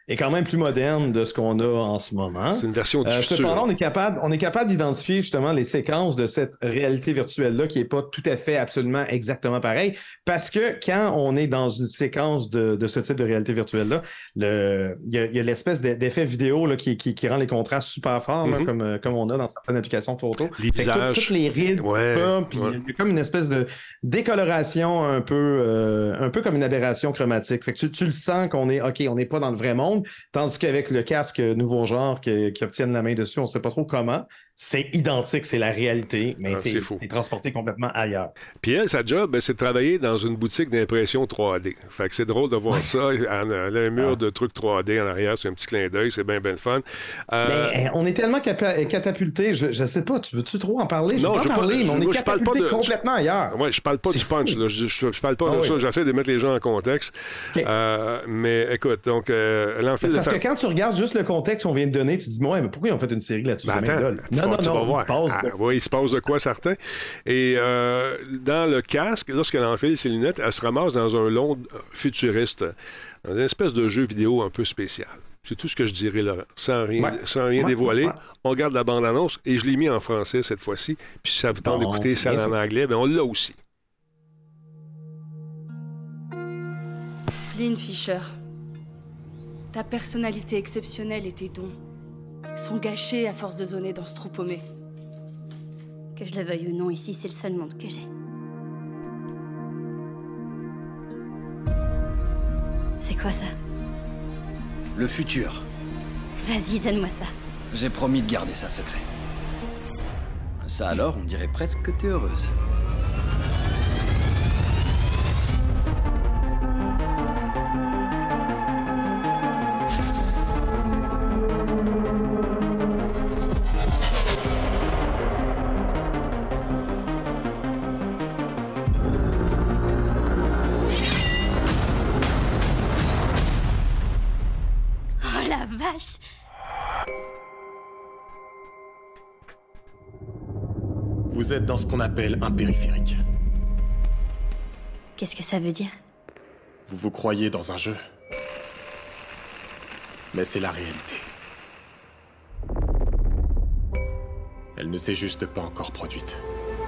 est quand même plus moderne de ce qu'on a en ce moment. C'est une version du euh, futur. Cependant, on est capable, on est capable d'identifier justement les séquences de cette réalité virtuelle-là qui n'est pas tout à fait absolument exactement pareil, parce que quand on est dans une séquence de, de ce type de réalité virtuelle-là, le, il y a, y a l'espèce d'effet vidéo là, qui, qui, qui rend les contrastes super forts, mm-hmm. là, comme, comme on a dans certaines applications de photo. Les visages. Toutes les rides, ouais, puis ouais. il y a comme une espèce de décoloration un peu, euh, un peu comme une aberration chromatique. Fait que tu, tu le sens qu'on est, OK, on n'est pas dans le vrai monde, tandis qu'avec le casque nouveau genre qui, qui obtiennent la main dessus, on ne sait pas trop comment, c'est identique, c'est la réalité, mais ah, t'es, t'es transporté complètement ailleurs. Puis elle, sa job, ben, c'est de travailler dans une boutique d'impression trois D. Fait que c'est drôle de voir ouais. ça, elle a un mur ah. de trucs trois D en arrière, c'est un petit clin d'œil, c'est bien, bien le fun. Euh... Mais on est tellement capa- catapulté, je, je sais pas, tu veux-tu trop en parler? Je non, peux je en parler, pas, mais je, on moi, est catapulté de, complètement je, ailleurs. Oui, je parle pas c'est du punch, là, je, je, je parle pas ah, de oui. ça, j'essaie de mettre les gens en contexte. Okay. Euh, mais écoute, donc, euh, l'enfile... Parce de que fa... quand tu regardes juste le contexte qu'on vient de donner, tu te dis, ouais, mais pourquoi ils ont fait une série là-dessus? Ben attends, non, non, tu non, vas voir. Ah, oui, il se passe de quoi, certain. Et euh, dans le casque, lorsqu'elle enfile ses lunettes, elle se ramasse dans un long futuriste, dans une espèce de jeu vidéo un peu spécial. C'est tout ce que je dirais, Laurent. Sans rien, ouais. sans rien ouais. dévoiler, ouais. on regarde la bande-annonce et je l'ai mis en français cette fois-ci. Puis si ça vous tente bon, d'écouter ça en anglais, bien on l'a aussi. Flynn Fisher, ta personnalité exceptionnelle et tes dons sont gâchés à force de zoner dans ce trou paumé. Que je le veuille ou non, ici, c'est le seul monde que j'ai. C'est quoi ça? Le futur. Vas-y, donne-moi ça. J'ai promis de garder ça secret. Ça alors, on dirait presque que t'es heureuse. Vache. Vous êtes dans ce qu'on appelle un périphérique. Qu'est-ce que ça veut dire? Vous vous croyez dans un jeu. Mais c'est la réalité. Elle ne s'est juste pas encore produite.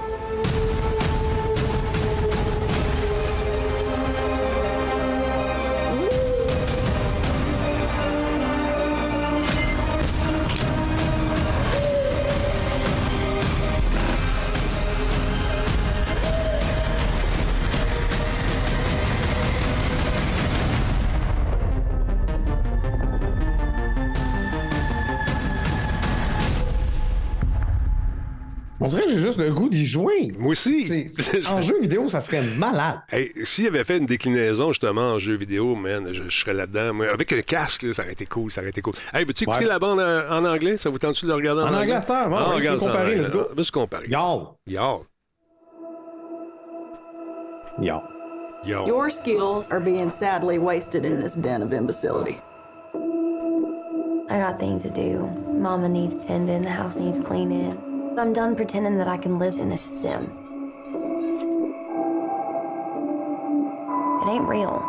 On dirait que j'ai juste le goût d'y jouer. Moi aussi. C'est, c'est, en jeu vidéo, ça serait malade. Hey, s'il avait fait une déclinaison, justement, en jeu vidéo, man, je, je serais là-dedans. Moi, avec un casque, là, ça aurait été cool, ça aurait été cool. Hey, veux-tu écouter ouais. la bande en, en anglais? Ça vous tente-tu de le regarder en, en anglais? En anglais, c'est bon, ah, on va se comparer, let's go. On va se comparer. Y'all. Y'all. Y'all. Y'all. Your skills are being sadly wasted in this den of imbecility. I got things to do. Mama needs tending, the house needs cleaning. I'm done pretending that I can live in a sim. It ain't real.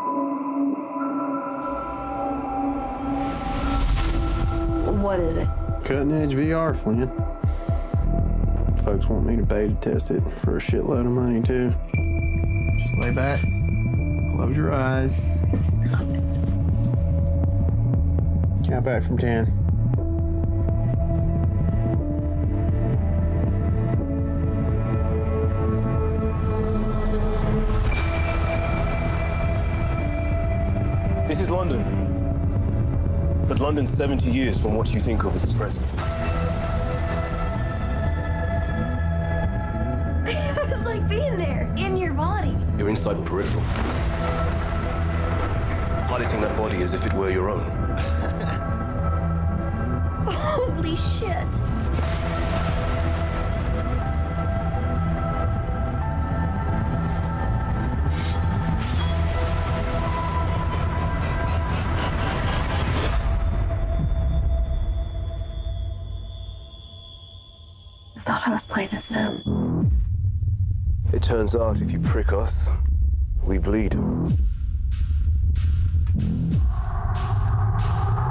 What is it? Cutting edge V R, Flynn. Folks want me to pay to test it for a shitload of money, too. Just lay back, close your eyes. Stop it. Count back from ten. This is London. But London's seventy years from what you think of as the present. It was like being there, in your body. You're inside the peripheral. Piloting that body as if it were your own. Holy shit. I thought I was playing a sim. It turns out if you prick us, we bleed.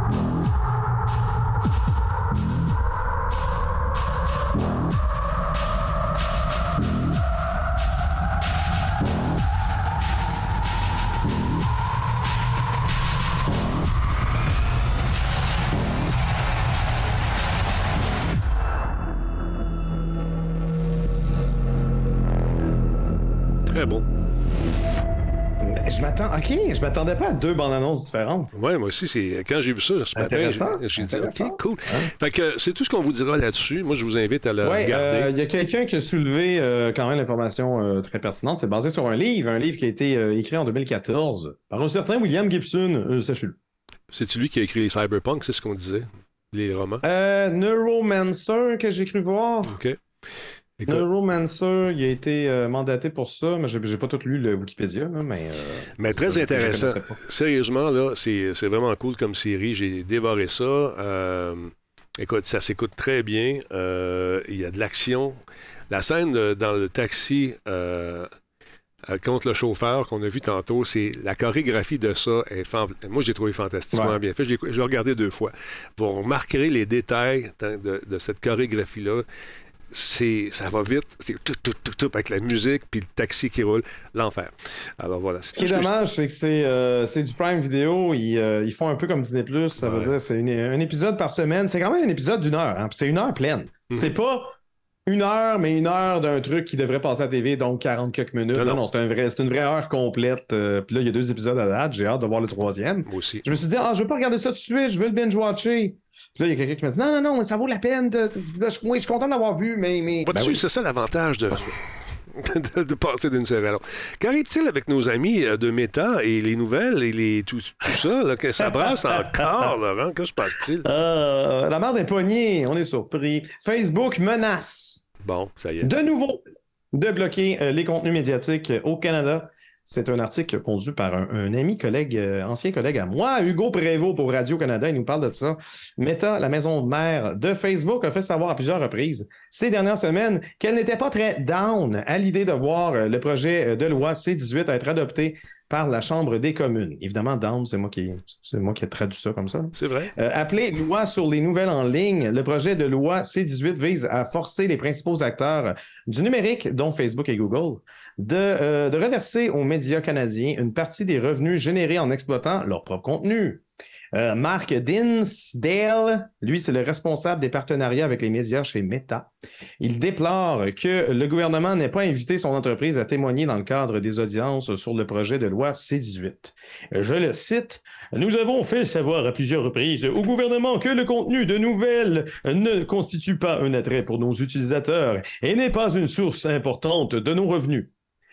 attends, OK, je m'attendais pas à deux bandes annonces différentes. Oui, moi aussi, c'est quand j'ai vu ça ce matin, j'ai, j'ai dit OK, cool. Hein? Fait que c'est tout ce qu'on vous dira là-dessus. Moi, je vous invite à le ouais, regarder. Il euh, y a quelqu'un qui a soulevé euh, quand même l'information euh, très pertinente. C'est basé sur un livre, un livre qui a été euh, écrit en deux mille quatorze par un certain William Gibson. Euh, sachez-le. C'est lui qui a écrit les Cyberpunk, c'est ce qu'on disait, les romans? Euh, Neuromancer, que j'ai cru voir. OK. Écoute. Neuromancer, il a été euh, mandaté pour ça, mais j'ai, j'ai pas tout lu le Wikipédia, là, mais... Euh, mais très intéressant. Sérieusement, là, c'est, c'est vraiment cool comme série. J'ai dévoré ça. Euh, écoute, ça s'écoute très bien. Euh, il y a de l'action. La scène de, dans le taxi euh, contre le chauffeur qu'on a vu tantôt, c'est la chorégraphie de ça. Est fan... Moi, j'ai trouvé fantastiquement ouais. bien fait. J'ai, j'ai regardé deux fois. Vous remarquerez les détails de, de cette chorégraphie-là. C'est, ça va vite, c'est tout, tout, tout, tout, avec la musique, puis le taxi qui roule, l'enfer. Alors voilà. Ce qui est dommage, je... c'est que c'est, euh, c'est du Prime Video, ils, euh, ils font un peu comme Disney plus, ça ouais. veut dire c'est une, un épisode par semaine, c'est quand même un épisode d'une heure, hein, puis c'est une heure pleine. Mmh. C'est pas une heure, mais une heure d'un truc qui devrait passer à la T V, donc quarante quelques minutes. Non, non, non c'est, un vrai, c'est une vraie heure complète. Euh, puis là, il y a deux épisodes à date, j'ai hâte de voir le troisième. Moi aussi. Je me suis dit, ah, je veux pas regarder ça tout de suite, je veux le binge-watcher. Puis là, il y a quelqu'un qui m'a dit non, non, non, ça vaut la peine. De... Là, je... Oui, je suis content d'avoir vu, mais. mais... Ben oui. C'est ça l'avantage de... de, de passer d'une série à l'autre. Qu'arrive-t-il avec nos amis de Meta et les nouvelles et les... tout, tout ça, là, que ça brasse encore, Laurent? Que se passe-t-il? Euh, la merde est poignée, on est surpris. Facebook menace. Bon, ça y est. De nouveau, de bloquer euh, les contenus médiatiques au Canada. C'est un article pondu par un, un ami collègue, euh, ancien collègue à moi, Hugo Prévost pour Radio-Canada. Il nous parle de ça. Meta, la maison mère de Facebook, a fait savoir à plusieurs reprises ces dernières semaines qu'elle n'était pas très down à l'idée de voir le projet de loi C dix-huit être adopté par la Chambre des communes. Évidemment, down, c'est moi qui, c'est moi qui ai traduit ça comme ça. C'est vrai. Euh, appelé loi sur les nouvelles en ligne, le projet de loi C dix-huit vise à forcer les principaux acteurs du numérique, dont Facebook et Google, de, euh, de reverser aux médias canadiens une partie des revenus générés en exploitant leur propre contenu. Euh, Mark Dinsdale, lui, c'est le responsable des partenariats avec les médias chez Meta. Il déplore que le gouvernement n'ait pas invité son entreprise à témoigner dans le cadre des audiences sur le projet de loi C dix-huit. Je le cite, « Nous avons fait savoir à plusieurs reprises au gouvernement que le contenu de nouvelles ne constitue pas un attrait pour nos utilisateurs et n'est pas une source importante de nos revenus. »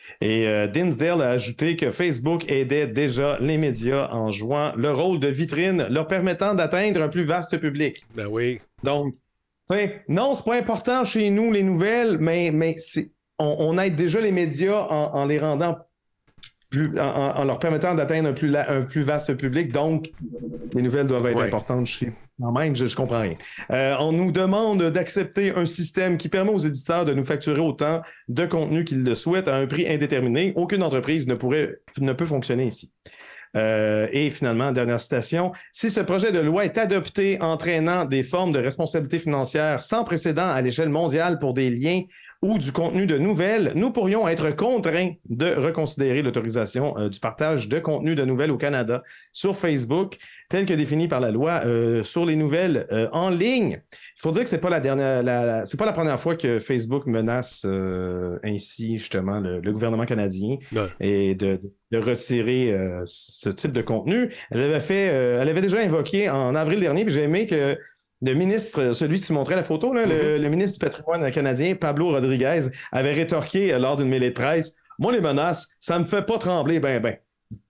Et euh, Dinsdale a ajouté que Facebook aidait déjà les médias en jouant le rôle de vitrine, leur permettant d'atteindre un plus vaste public. Ben oui. Donc, non, c'est pas important chez nous, les nouvelles, mais, mais c'est, on, on aide déjà les médias en, en les rendant plus, en, en leur permettant d'atteindre un plus, un plus vaste public. Donc, les nouvelles doivent être ouais. importantes chez nous. Quand même, je, je comprends rien. Euh, on nous demande d'accepter un système qui permet aux éditeurs de nous facturer autant de contenu qu'ils le souhaitent à un prix indéterminé. Aucune entreprise ne pourrait, ne peut fonctionner ici. Euh, et finalement, dernière citation, si ce projet de loi est adopté entraînant des formes de responsabilité financière sans précédent à l'échelle mondiale pour des liens ou du contenu de nouvelles, nous pourrions être contraints de reconsidérer l'autorisation euh, du partage de contenu de nouvelles au Canada sur Facebook, tel que défini par la loi euh, sur les nouvelles euh, en ligne. Il faut dire que c'est pas la dernière, la, la, c'est pas la première fois que Facebook menace euh, ainsi justement le, le gouvernement canadien ouais. et de, de retirer euh, ce type de contenu. Elle avait fait, euh, elle avait déjà invoqué en avril dernier, puis j'ai aimé que le ministre, celui qui montrait la photo, là, mm-hmm. le, le ministre du patrimoine canadien, Pablo Rodriguez, avait rétorqué euh, lors d'une mêlée de presse, « Moi, les menaces, ça me fait pas trembler ben ben. »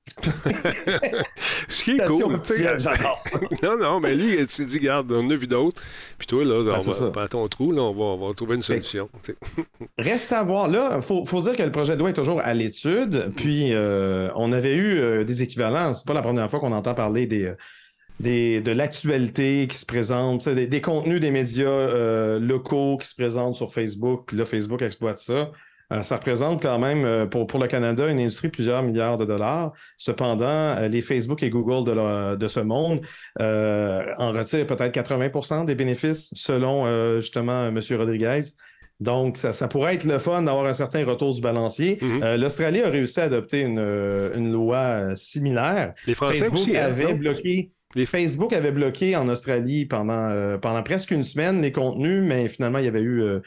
Ce qui est cool. J'adore ça. non, non, mais lui, il s'est dit, regarde, on en a vu d'autres. Puis toi, là, ben, on va, pas ton trou, là, on va, on va trouver une solution. Reste à voir. Là, il faut, faut dire que le projet de loi est toujours à l'étude. Puis, euh, on avait eu euh, des équivalents. C'est pas la première fois qu'on entend parler des... Euh, Des, de l'actualité qui se présente, des, des contenus des médias euh, locaux qui se présentent sur Facebook, puis là, Facebook exploite ça. Euh, ça représente quand même, euh, pour, pour le Canada, une industrie de plusieurs milliards de dollars. Cependant, euh, les Facebook et Google de, leur, de ce monde euh, en retirent peut-être quatre-vingts pour cent des bénéfices, selon euh, justement M. Rodriguez. Donc, ça, ça pourrait être le fun d'avoir un certain retour du balancier. Mm-hmm. Euh, L'Australie a réussi à adopter une, une loi similaire. Les Français Facebook aussi, avait hein, bloqué... Les Facebook avait bloqué en Australie pendant, euh, pendant presque une semaine les contenus, mais finalement, il y avait eu, euh,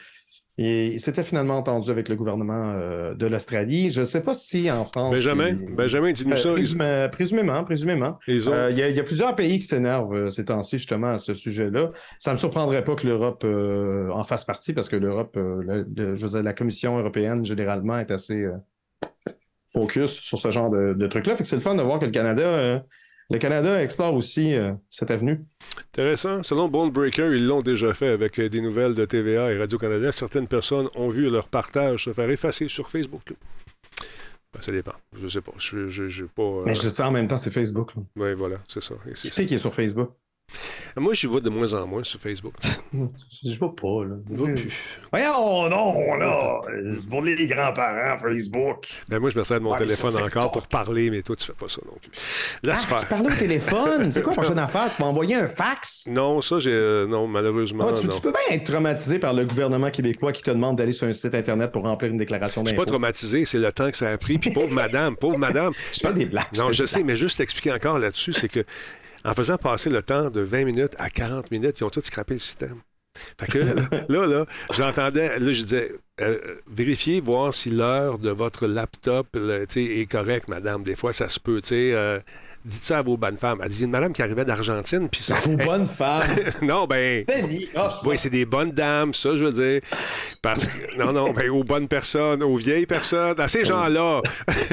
Et il s'était finalement entendu avec le gouvernement euh, de l'Australie. Je ne sais pas si en France... Benjamin, il... Benjamin, dis-nous euh, ça. présumé, présumément, présumément. Ils ont... euh, il, y a, il y a plusieurs pays qui s'énervent euh, ces temps-ci justement à ce sujet-là. Ça ne me surprendrait pas que l'Europe euh, en fasse partie parce que l'Europe, euh, le, le, je veux dire, la Commission européenne généralement est assez euh, focus sur ce genre de, de trucs-là. Fait que c'est le fun de voir que le Canada... Euh, Le Canada explore aussi euh, cette avenue. Intéressant. Selon Bone Breaker, ils l'ont déjà fait avec euh, des nouvelles de T V A et Radio-Canada. Certaines personnes ont vu leur partage se faire effacer sur Facebook. Ben, ça dépend. Je sais pas. Je, je, je pas euh... Mais je dis ça en même temps, c'est Facebook. Oui, voilà, c'est ça. Qui c'est qui est sur Facebook? Moi, j'y vois de moins en moins sur Facebook. Je vois pas, là. Je vois plus. Voyons, non, là! C'est pour les grands-parents, Facebook. Ben moi, je me sers de mon ouais, téléphone encore pour parler, mais toi, tu fais pas ça non plus. Laisse ah, faire. Parler au téléphone? C'est quoi la prochaine affaire? Tu m'as envoyé un fax? Non, ça, j'ai... Euh, non, malheureusement, ah, tu, non. Tu peux bien être traumatisé par le gouvernement québécois qui te demande d'aller sur un site Internet pour remplir une déclaration d'impôt. Je suis pas traumatisé, c'est le temps que ça a pris. Puis pauvre madame, pauvre madame. Je fais des blagues. Non, je sais, mais juste t'expliquer encore là-dessus, c'est que en faisant passer le temps de vingt minutes à quarante minutes, ils ont tous scrappé le système. Fait que là, là, là j'entendais, là, je disais, euh, vérifiez, voir si l'heure de votre laptop là, est correcte, madame. Des fois, ça se peut, tu sais. Euh, dites ça à vos bonnes femmes. Elle dit, il y a une madame qui arrivait d'Argentine, puis ça... Vos bonnes femmes? Non, ben... Oh, oui, c'est des bonnes dames, ça, je veux dire. Parce que... Non, non, ben aux bonnes personnes, aux vieilles personnes, à ces gens-là.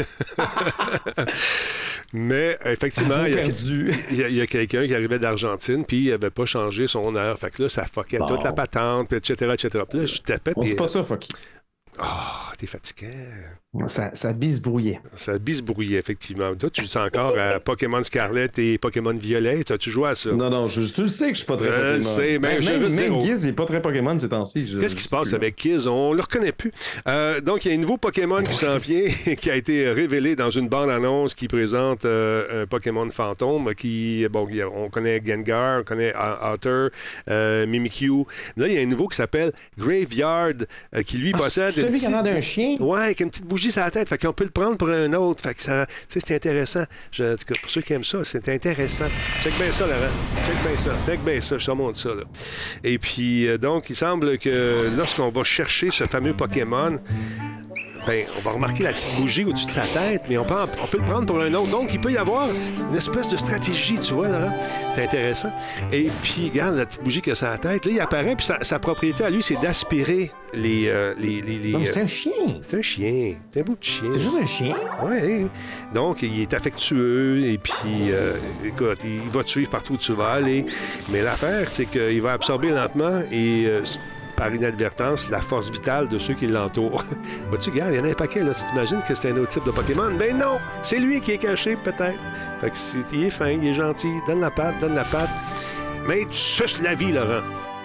Mais, effectivement, il y a, il y a, il y a quelqu'un qui arrivait d'Argentine, puis il n'avait pas changé son heure. Fait que là, ça fuckait bon. toute la patente, et cetera, et cetera. Puis là, je tapais, on puis... dit pas ça, fucky. Ah, oh, t'es fatigué. Ça, ça bisbrouillait. Ça bisbrouillait, effectivement. Toi, tu joues encore à Pokémon Scarlet et Pokémon Violet. As-tu joué à ça? Non, non, je, tu le sais que je suis pas très je Pokémon. Sais, mais même je même, dire, même Giz n'est pas très Pokémon ces temps-ci. Qu'est-ce qui se passe avec Giz? On le reconnaît plus. Euh, donc, il y a un nouveau Pokémon qui s'en vient, qui a été révélé dans une bande-annonce qui présente euh, un Pokémon fantôme qui, bon, on connaît Gengar, on connaît Otter, euh, Mimikyu. Là, il y a un nouveau qui s'appelle Graveyard, euh, qui lui ah, possède... Celui petite... qui a l'air d'un chien? Ouais, avec une petite bougie sur la tête. Fait qu'on peut le prendre pour un autre. Fait que ça, tu sais, c'est intéressant. Je, pour ceux qui aiment ça, c'est intéressant. Check bien ça, Laurent. Check bien ça. Check bien ça. Je te montre ça, là. Et puis, euh, donc, il semble que lorsqu'on va chercher ce fameux Pokémon, ben, on va remarquer la petite bougie au-dessus de sa tête, mais on peut, on peut le prendre pour un autre. Donc, il peut y avoir une espèce de stratégie, tu vois, Laurent. C'est intéressant. Et puis, regarde la petite bougie qui a sur la tête. Là, il apparaît, puis sa, sa propriété à lui, c'est d'aspirer les... Euh, les, les, les non, c'est un chien. C'est un chien. C'est un bout de chien. C'est juste un chien? Oui. Donc, il est affectueux, et puis, euh, écoute, il va te suivre partout où tu vas aller. Mais l'affaire, c'est qu'il va absorber lentement et... Euh, par inadvertance, la force vitale de ceux qui l'entourent. Bah, tu regardes, il y en a un paquet, là. Tu t'imagines que c'est un autre type de Pokémon? Ben non! C'est lui qui est caché, peut-être. Fait que c'est, il est fin, il est gentil. Donne la patte, donne la patte. Mais tu suces la vie, Laurent.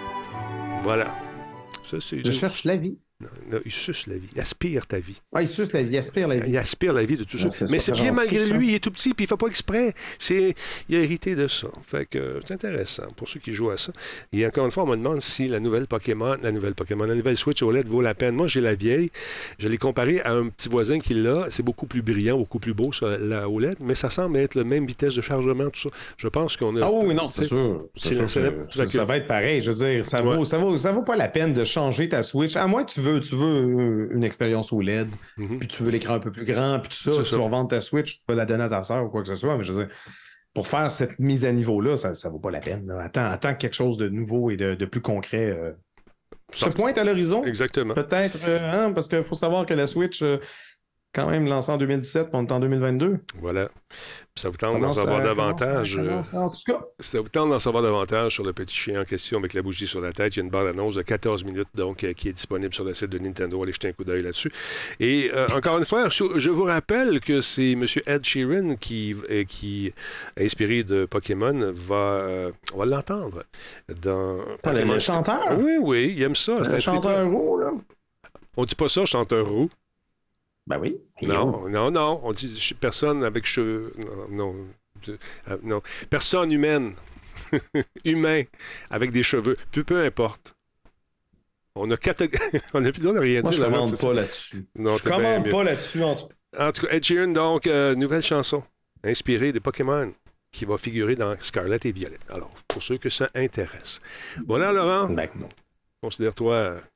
Voilà. Ça, c'est... Je cherche la vie. Non, non, il suce la vie. Il aspire ta vie. Ah, il suce la vie, il aspire la vie. Il aspire la vie de tout ça. C'est mais c'est bien gentil, malgré ça. lui, il est tout petit, puis il fait pas exprès. C'est... Il a hérité de ça. Fait que c'est intéressant pour ceux qui jouent à ça. Et encore une fois, on me demande si la nouvelle Pokémon, la nouvelle Pokémon, la nouvelle Switch O L E D vaut la peine. Moi, j'ai la vieille. Je l'ai comparée à un petit voisin qui l'a. C'est beaucoup plus brillant, beaucoup plus beau sur la O L E D, mais ça semble être la même vitesse de chargement, tout ça. Je pense qu'on a... Ah oui, non, c'est sûr. C'est sûr c'est que ça, ça va être pareil. Je veux dire, ça vaut, ouais. ça vaut, ça vaut pas la peine de changer ta Switch. À moins que tu veux, tu veux une expérience O L E D, mm-hmm. puis tu veux l'écran un peu plus grand, puis tout ça, tu vas vendre ta Switch, tu vas la donner à ta sœur ou quoi que ce soit, mais je veux dire, pour faire cette mise à niveau-là, ça ne vaut pas la peine. Là. Attends, attends quelque chose de nouveau et de, de plus concret euh, se pointe à l'horizon. Exactement. Peut-être, euh, hein, parce qu'il faut savoir que la Switch, euh, quand même lancée en deux mille dix-sept, on est en deux mille vingt-deux. Voilà. Ça vous tente d'en savoir davantage. Euh, en tout cas. Ça vous tente d'en savoir davantage sur le petit chien en question avec la bougie sur la tête. Il y a une bande-annonce de quatorze minutes donc euh, qui est disponible sur le site de Nintendo. Allez jeter un coup d'œil là-dessus. Et euh, encore une fois, je vous rappelle que c'est M. Ed Sheeran qui, euh, qui est inspiré de Pokémon. Va, euh, on va l'entendre dans... Ah, le, le chanteur? Oui, oui, il aime ça. Le chanteur roux, là? On dit pas ça, chanteur roux. Ben oui. Non, non, non. On dit personne avec cheveux. Non, non. Euh, non. Personne humaine. Humain avec des cheveux. Peu, peu importe. On a catég... On n'a plus le droit de rien Moi, dire. Je ne commande pas là-dessus. Non, je commande pas là-dessus. En tout... en tout cas, Ed Sheeran, donc, euh, nouvelle chanson inspirée de Pokémon qui va figurer dans Scarlet et Violet. Alors, pour ceux que ça intéresse. Voilà, Laurent. Ben, non. Considère-toi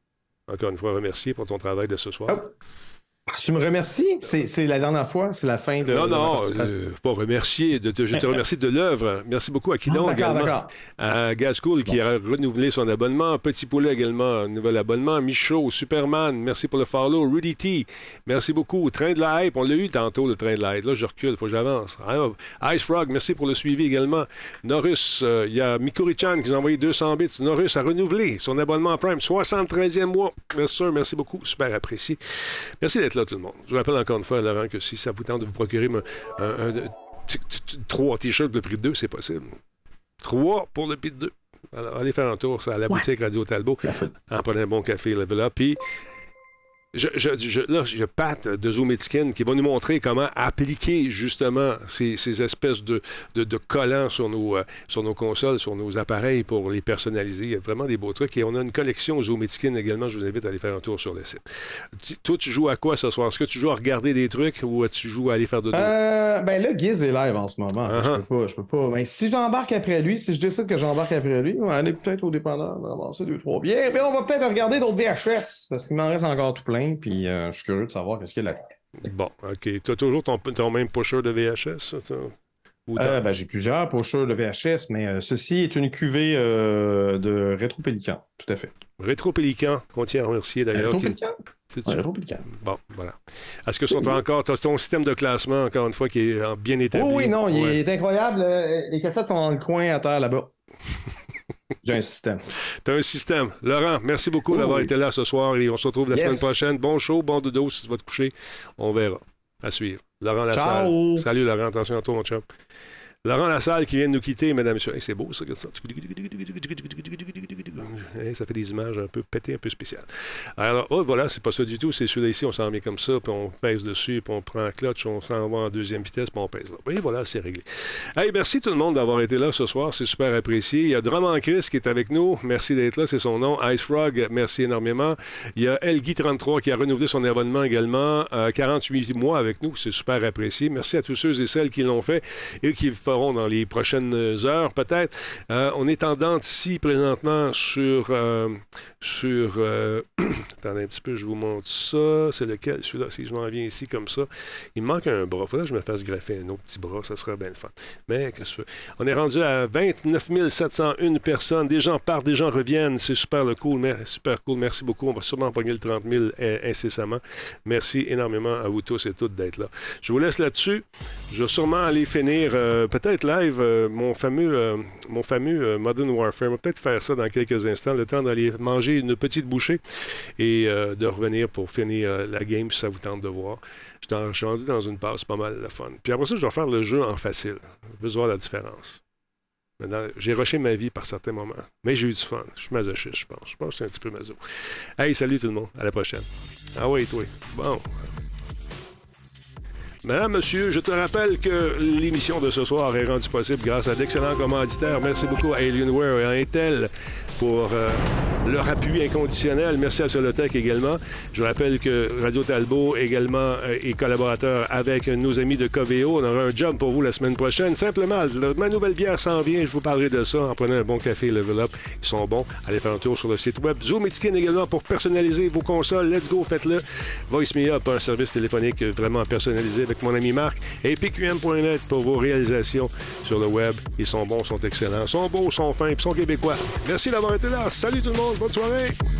encore une fois, remercier pour ton travail de ce soir. Oh. Tu me remercies? C'est, c'est la dernière fois? C'est la fin de... Non, de non, euh, pas remercier. De te, je te remercie de l'œuvre. Merci beaucoup à Kidon ah, d'accord, également. D'accord. À Gascool bon. qui a renouvelé son abonnement. Petit Poulet également, un nouvel abonnement. Michaud, Superman, merci pour le follow. Rudy T, merci beaucoup. Train de la hype, on l'a eu tantôt, le train de la hype. Là, je recule, il faut que j'avance. Ice Frog, merci pour le suivi également. Norus, il euh, y a Mikuri-chan qui nous a envoyé deux cents bits. Norus a renouvelé son abonnement Prime, soixante-treizième mois. Merci, merci beaucoup, super apprécié. Merci d'être là, tout le monde. Je vous rappelle encore une fois, Laurent, que si ça vous tente de vous procurer un, un, un, trois t-shirts pour le prix de deux, c'est possible. Trois pour le prix de deux. Alors, allez faire un tour à la ouais. boutique Radio Talbot en prenant un bon café, level up. Puis, je, je, je, là, je Pat de Zoometikin qui va nous montrer comment appliquer justement ces, ces espèces de, de, de collants sur nos, euh, sur nos consoles, sur nos appareils pour les personnaliser. Il y a vraiment des beaux trucs. Et on a une collection Zoometikin également. Je vous invite à aller faire un tour sur le site. Tu, toi, tu joues à quoi ce soir? Est-ce que tu joues à regarder des trucs ou tu joues à aller faire de dos? Euh, ben là, Giz est live en ce moment. Uh-huh. Je peux pas. Je peux pas. Ben, si j'embarque après lui, si je décide que j'embarque après lui, on va aller peut-être au dépanneur, on va avancer deux, trois bières. Puis on va peut-être regarder d'autres V H S parce qu'il m'en reste encore tout plein. Puis euh, je suis curieux de savoir qu'est-ce qu'il y a là. Bon, OK. Tu as toujours ton, ton même pusher de V H S? Euh, ben, j'ai plusieurs pushers de V H S, mais euh, ceci est une cuvée euh, de Rétro-Pélican, tout à fait. Rétro-Pélican, qu'on tient à remercier d'ailleurs. Rétro-Pélican? C'est ouais, Rétro-Pélican. Bon, voilà. Est-ce que sont oui. encore ton système de classement, encore une fois, qui est bien établi? Oh, oui, non, ouais. il est incroyable. Les cassettes sont dans le coin à terre là-bas. J'ai un système. Tu as un système. Laurent, merci beaucoup oh, d'avoir oui. été là ce soir et on se retrouve la yes. semaine prochaine. Bon show, bon dodo si tu vas te coucher. On verra. À suivre. Laurent Lassalle. Ciao. Salut Laurent, attention à toi mon chum. Laurent Lassalle qui vient de nous quitter, mesdames et messieurs. Hey, c'est beau ça, ça. Hey, ça fait des images un peu pétées, un peu spéciales. Alors, oh, voilà, c'est pas ça du tout. C'est celui-là ici, on s'en met comme ça, puis on pèse dessus, puis on prend un clutch, on s'en va en deuxième vitesse, puis on pèse là. Et voilà, c'est réglé. Hey, merci tout le monde d'avoir été là ce soir. C'est super apprécié. Il y a Drummond Chris qui est avec nous. Merci d'être là, c'est son nom. Ice Frog, merci énormément. Il y a Elguy trente-trois qui a renouvelé son abonnement également. Euh, quarante-huit mois avec nous. C'est super apprécié. Merci à tous ceux et celles qui l'ont fait et qui feront dans les prochaines heures, peut-être. Euh, on est en dents ici présentement sur... Euh, sur... Euh... Attendez un petit peu, je vous montre ça. C'est lequel? Celui-là, si je m'en viens ici comme ça. Il me manque un bras. Il faudrait que je me fasse greffer un autre petit bras. Ça serait bien le fun. Mais qu'est-ce que je fais? On est rendu à vingt-neuf mille sept cent un personnes. Des gens partent, des gens reviennent. C'est super le cool. Mais, super cool. Merci beaucoup. On va sûrement pogner le trente mille incessamment. Merci énormément à vous tous et toutes d'être là. Je vous laisse là-dessus. Je vais sûrement aller finir, euh, peut-être live, euh, mon fameux, euh, mon fameux euh, Modern Warfare. On va peut-être faire ça dans quelques instants. Le temps d'aller manger une petite bouchée et euh, de revenir pour finir euh, la game si ça vous tente de voir. Je suis rendu dans une passe pas mal de fun. Puis après ça, je vais faire le jeu en facile. Je veux voir la différence. Maintenant, j'ai rushé ma vie par certains moments. Mais j'ai eu du fun. Je suis masochiste, je pense. Je pense que c'est un petit peu maso. Hey, salut tout le monde. À la prochaine. Ah oui, toi. Bon. Madame, monsieur, je te rappelle que l'émission de ce soir est rendue possible grâce à d'excellents commanditaires. Merci beaucoup à Alienware et à Intel pour euh, leur appui inconditionnel. Merci à Solotech également. Je rappelle que Radio Talbot également euh, est collaborateur avec nos amis de Coveo. On aura un job pour vous la semaine prochaine. Simplement, ma nouvelle bière s'en vient. Je vous parlerai de ça en prenant un bon café Level Up. Ils sont bons. Allez faire un tour sur le site web. Zoometikin également pour personnaliser vos consoles. Let's go, faites-le. Voice Me Up, un service téléphonique vraiment personnalisé avec mon ami Marc. Et P Q M point net pour vos réalisations sur le web. Ils sont bons, sont excellents, sont beaux, sont fins, ils sont québécois. Merci d'avoir été là. Salut tout le monde. Bonne soirée.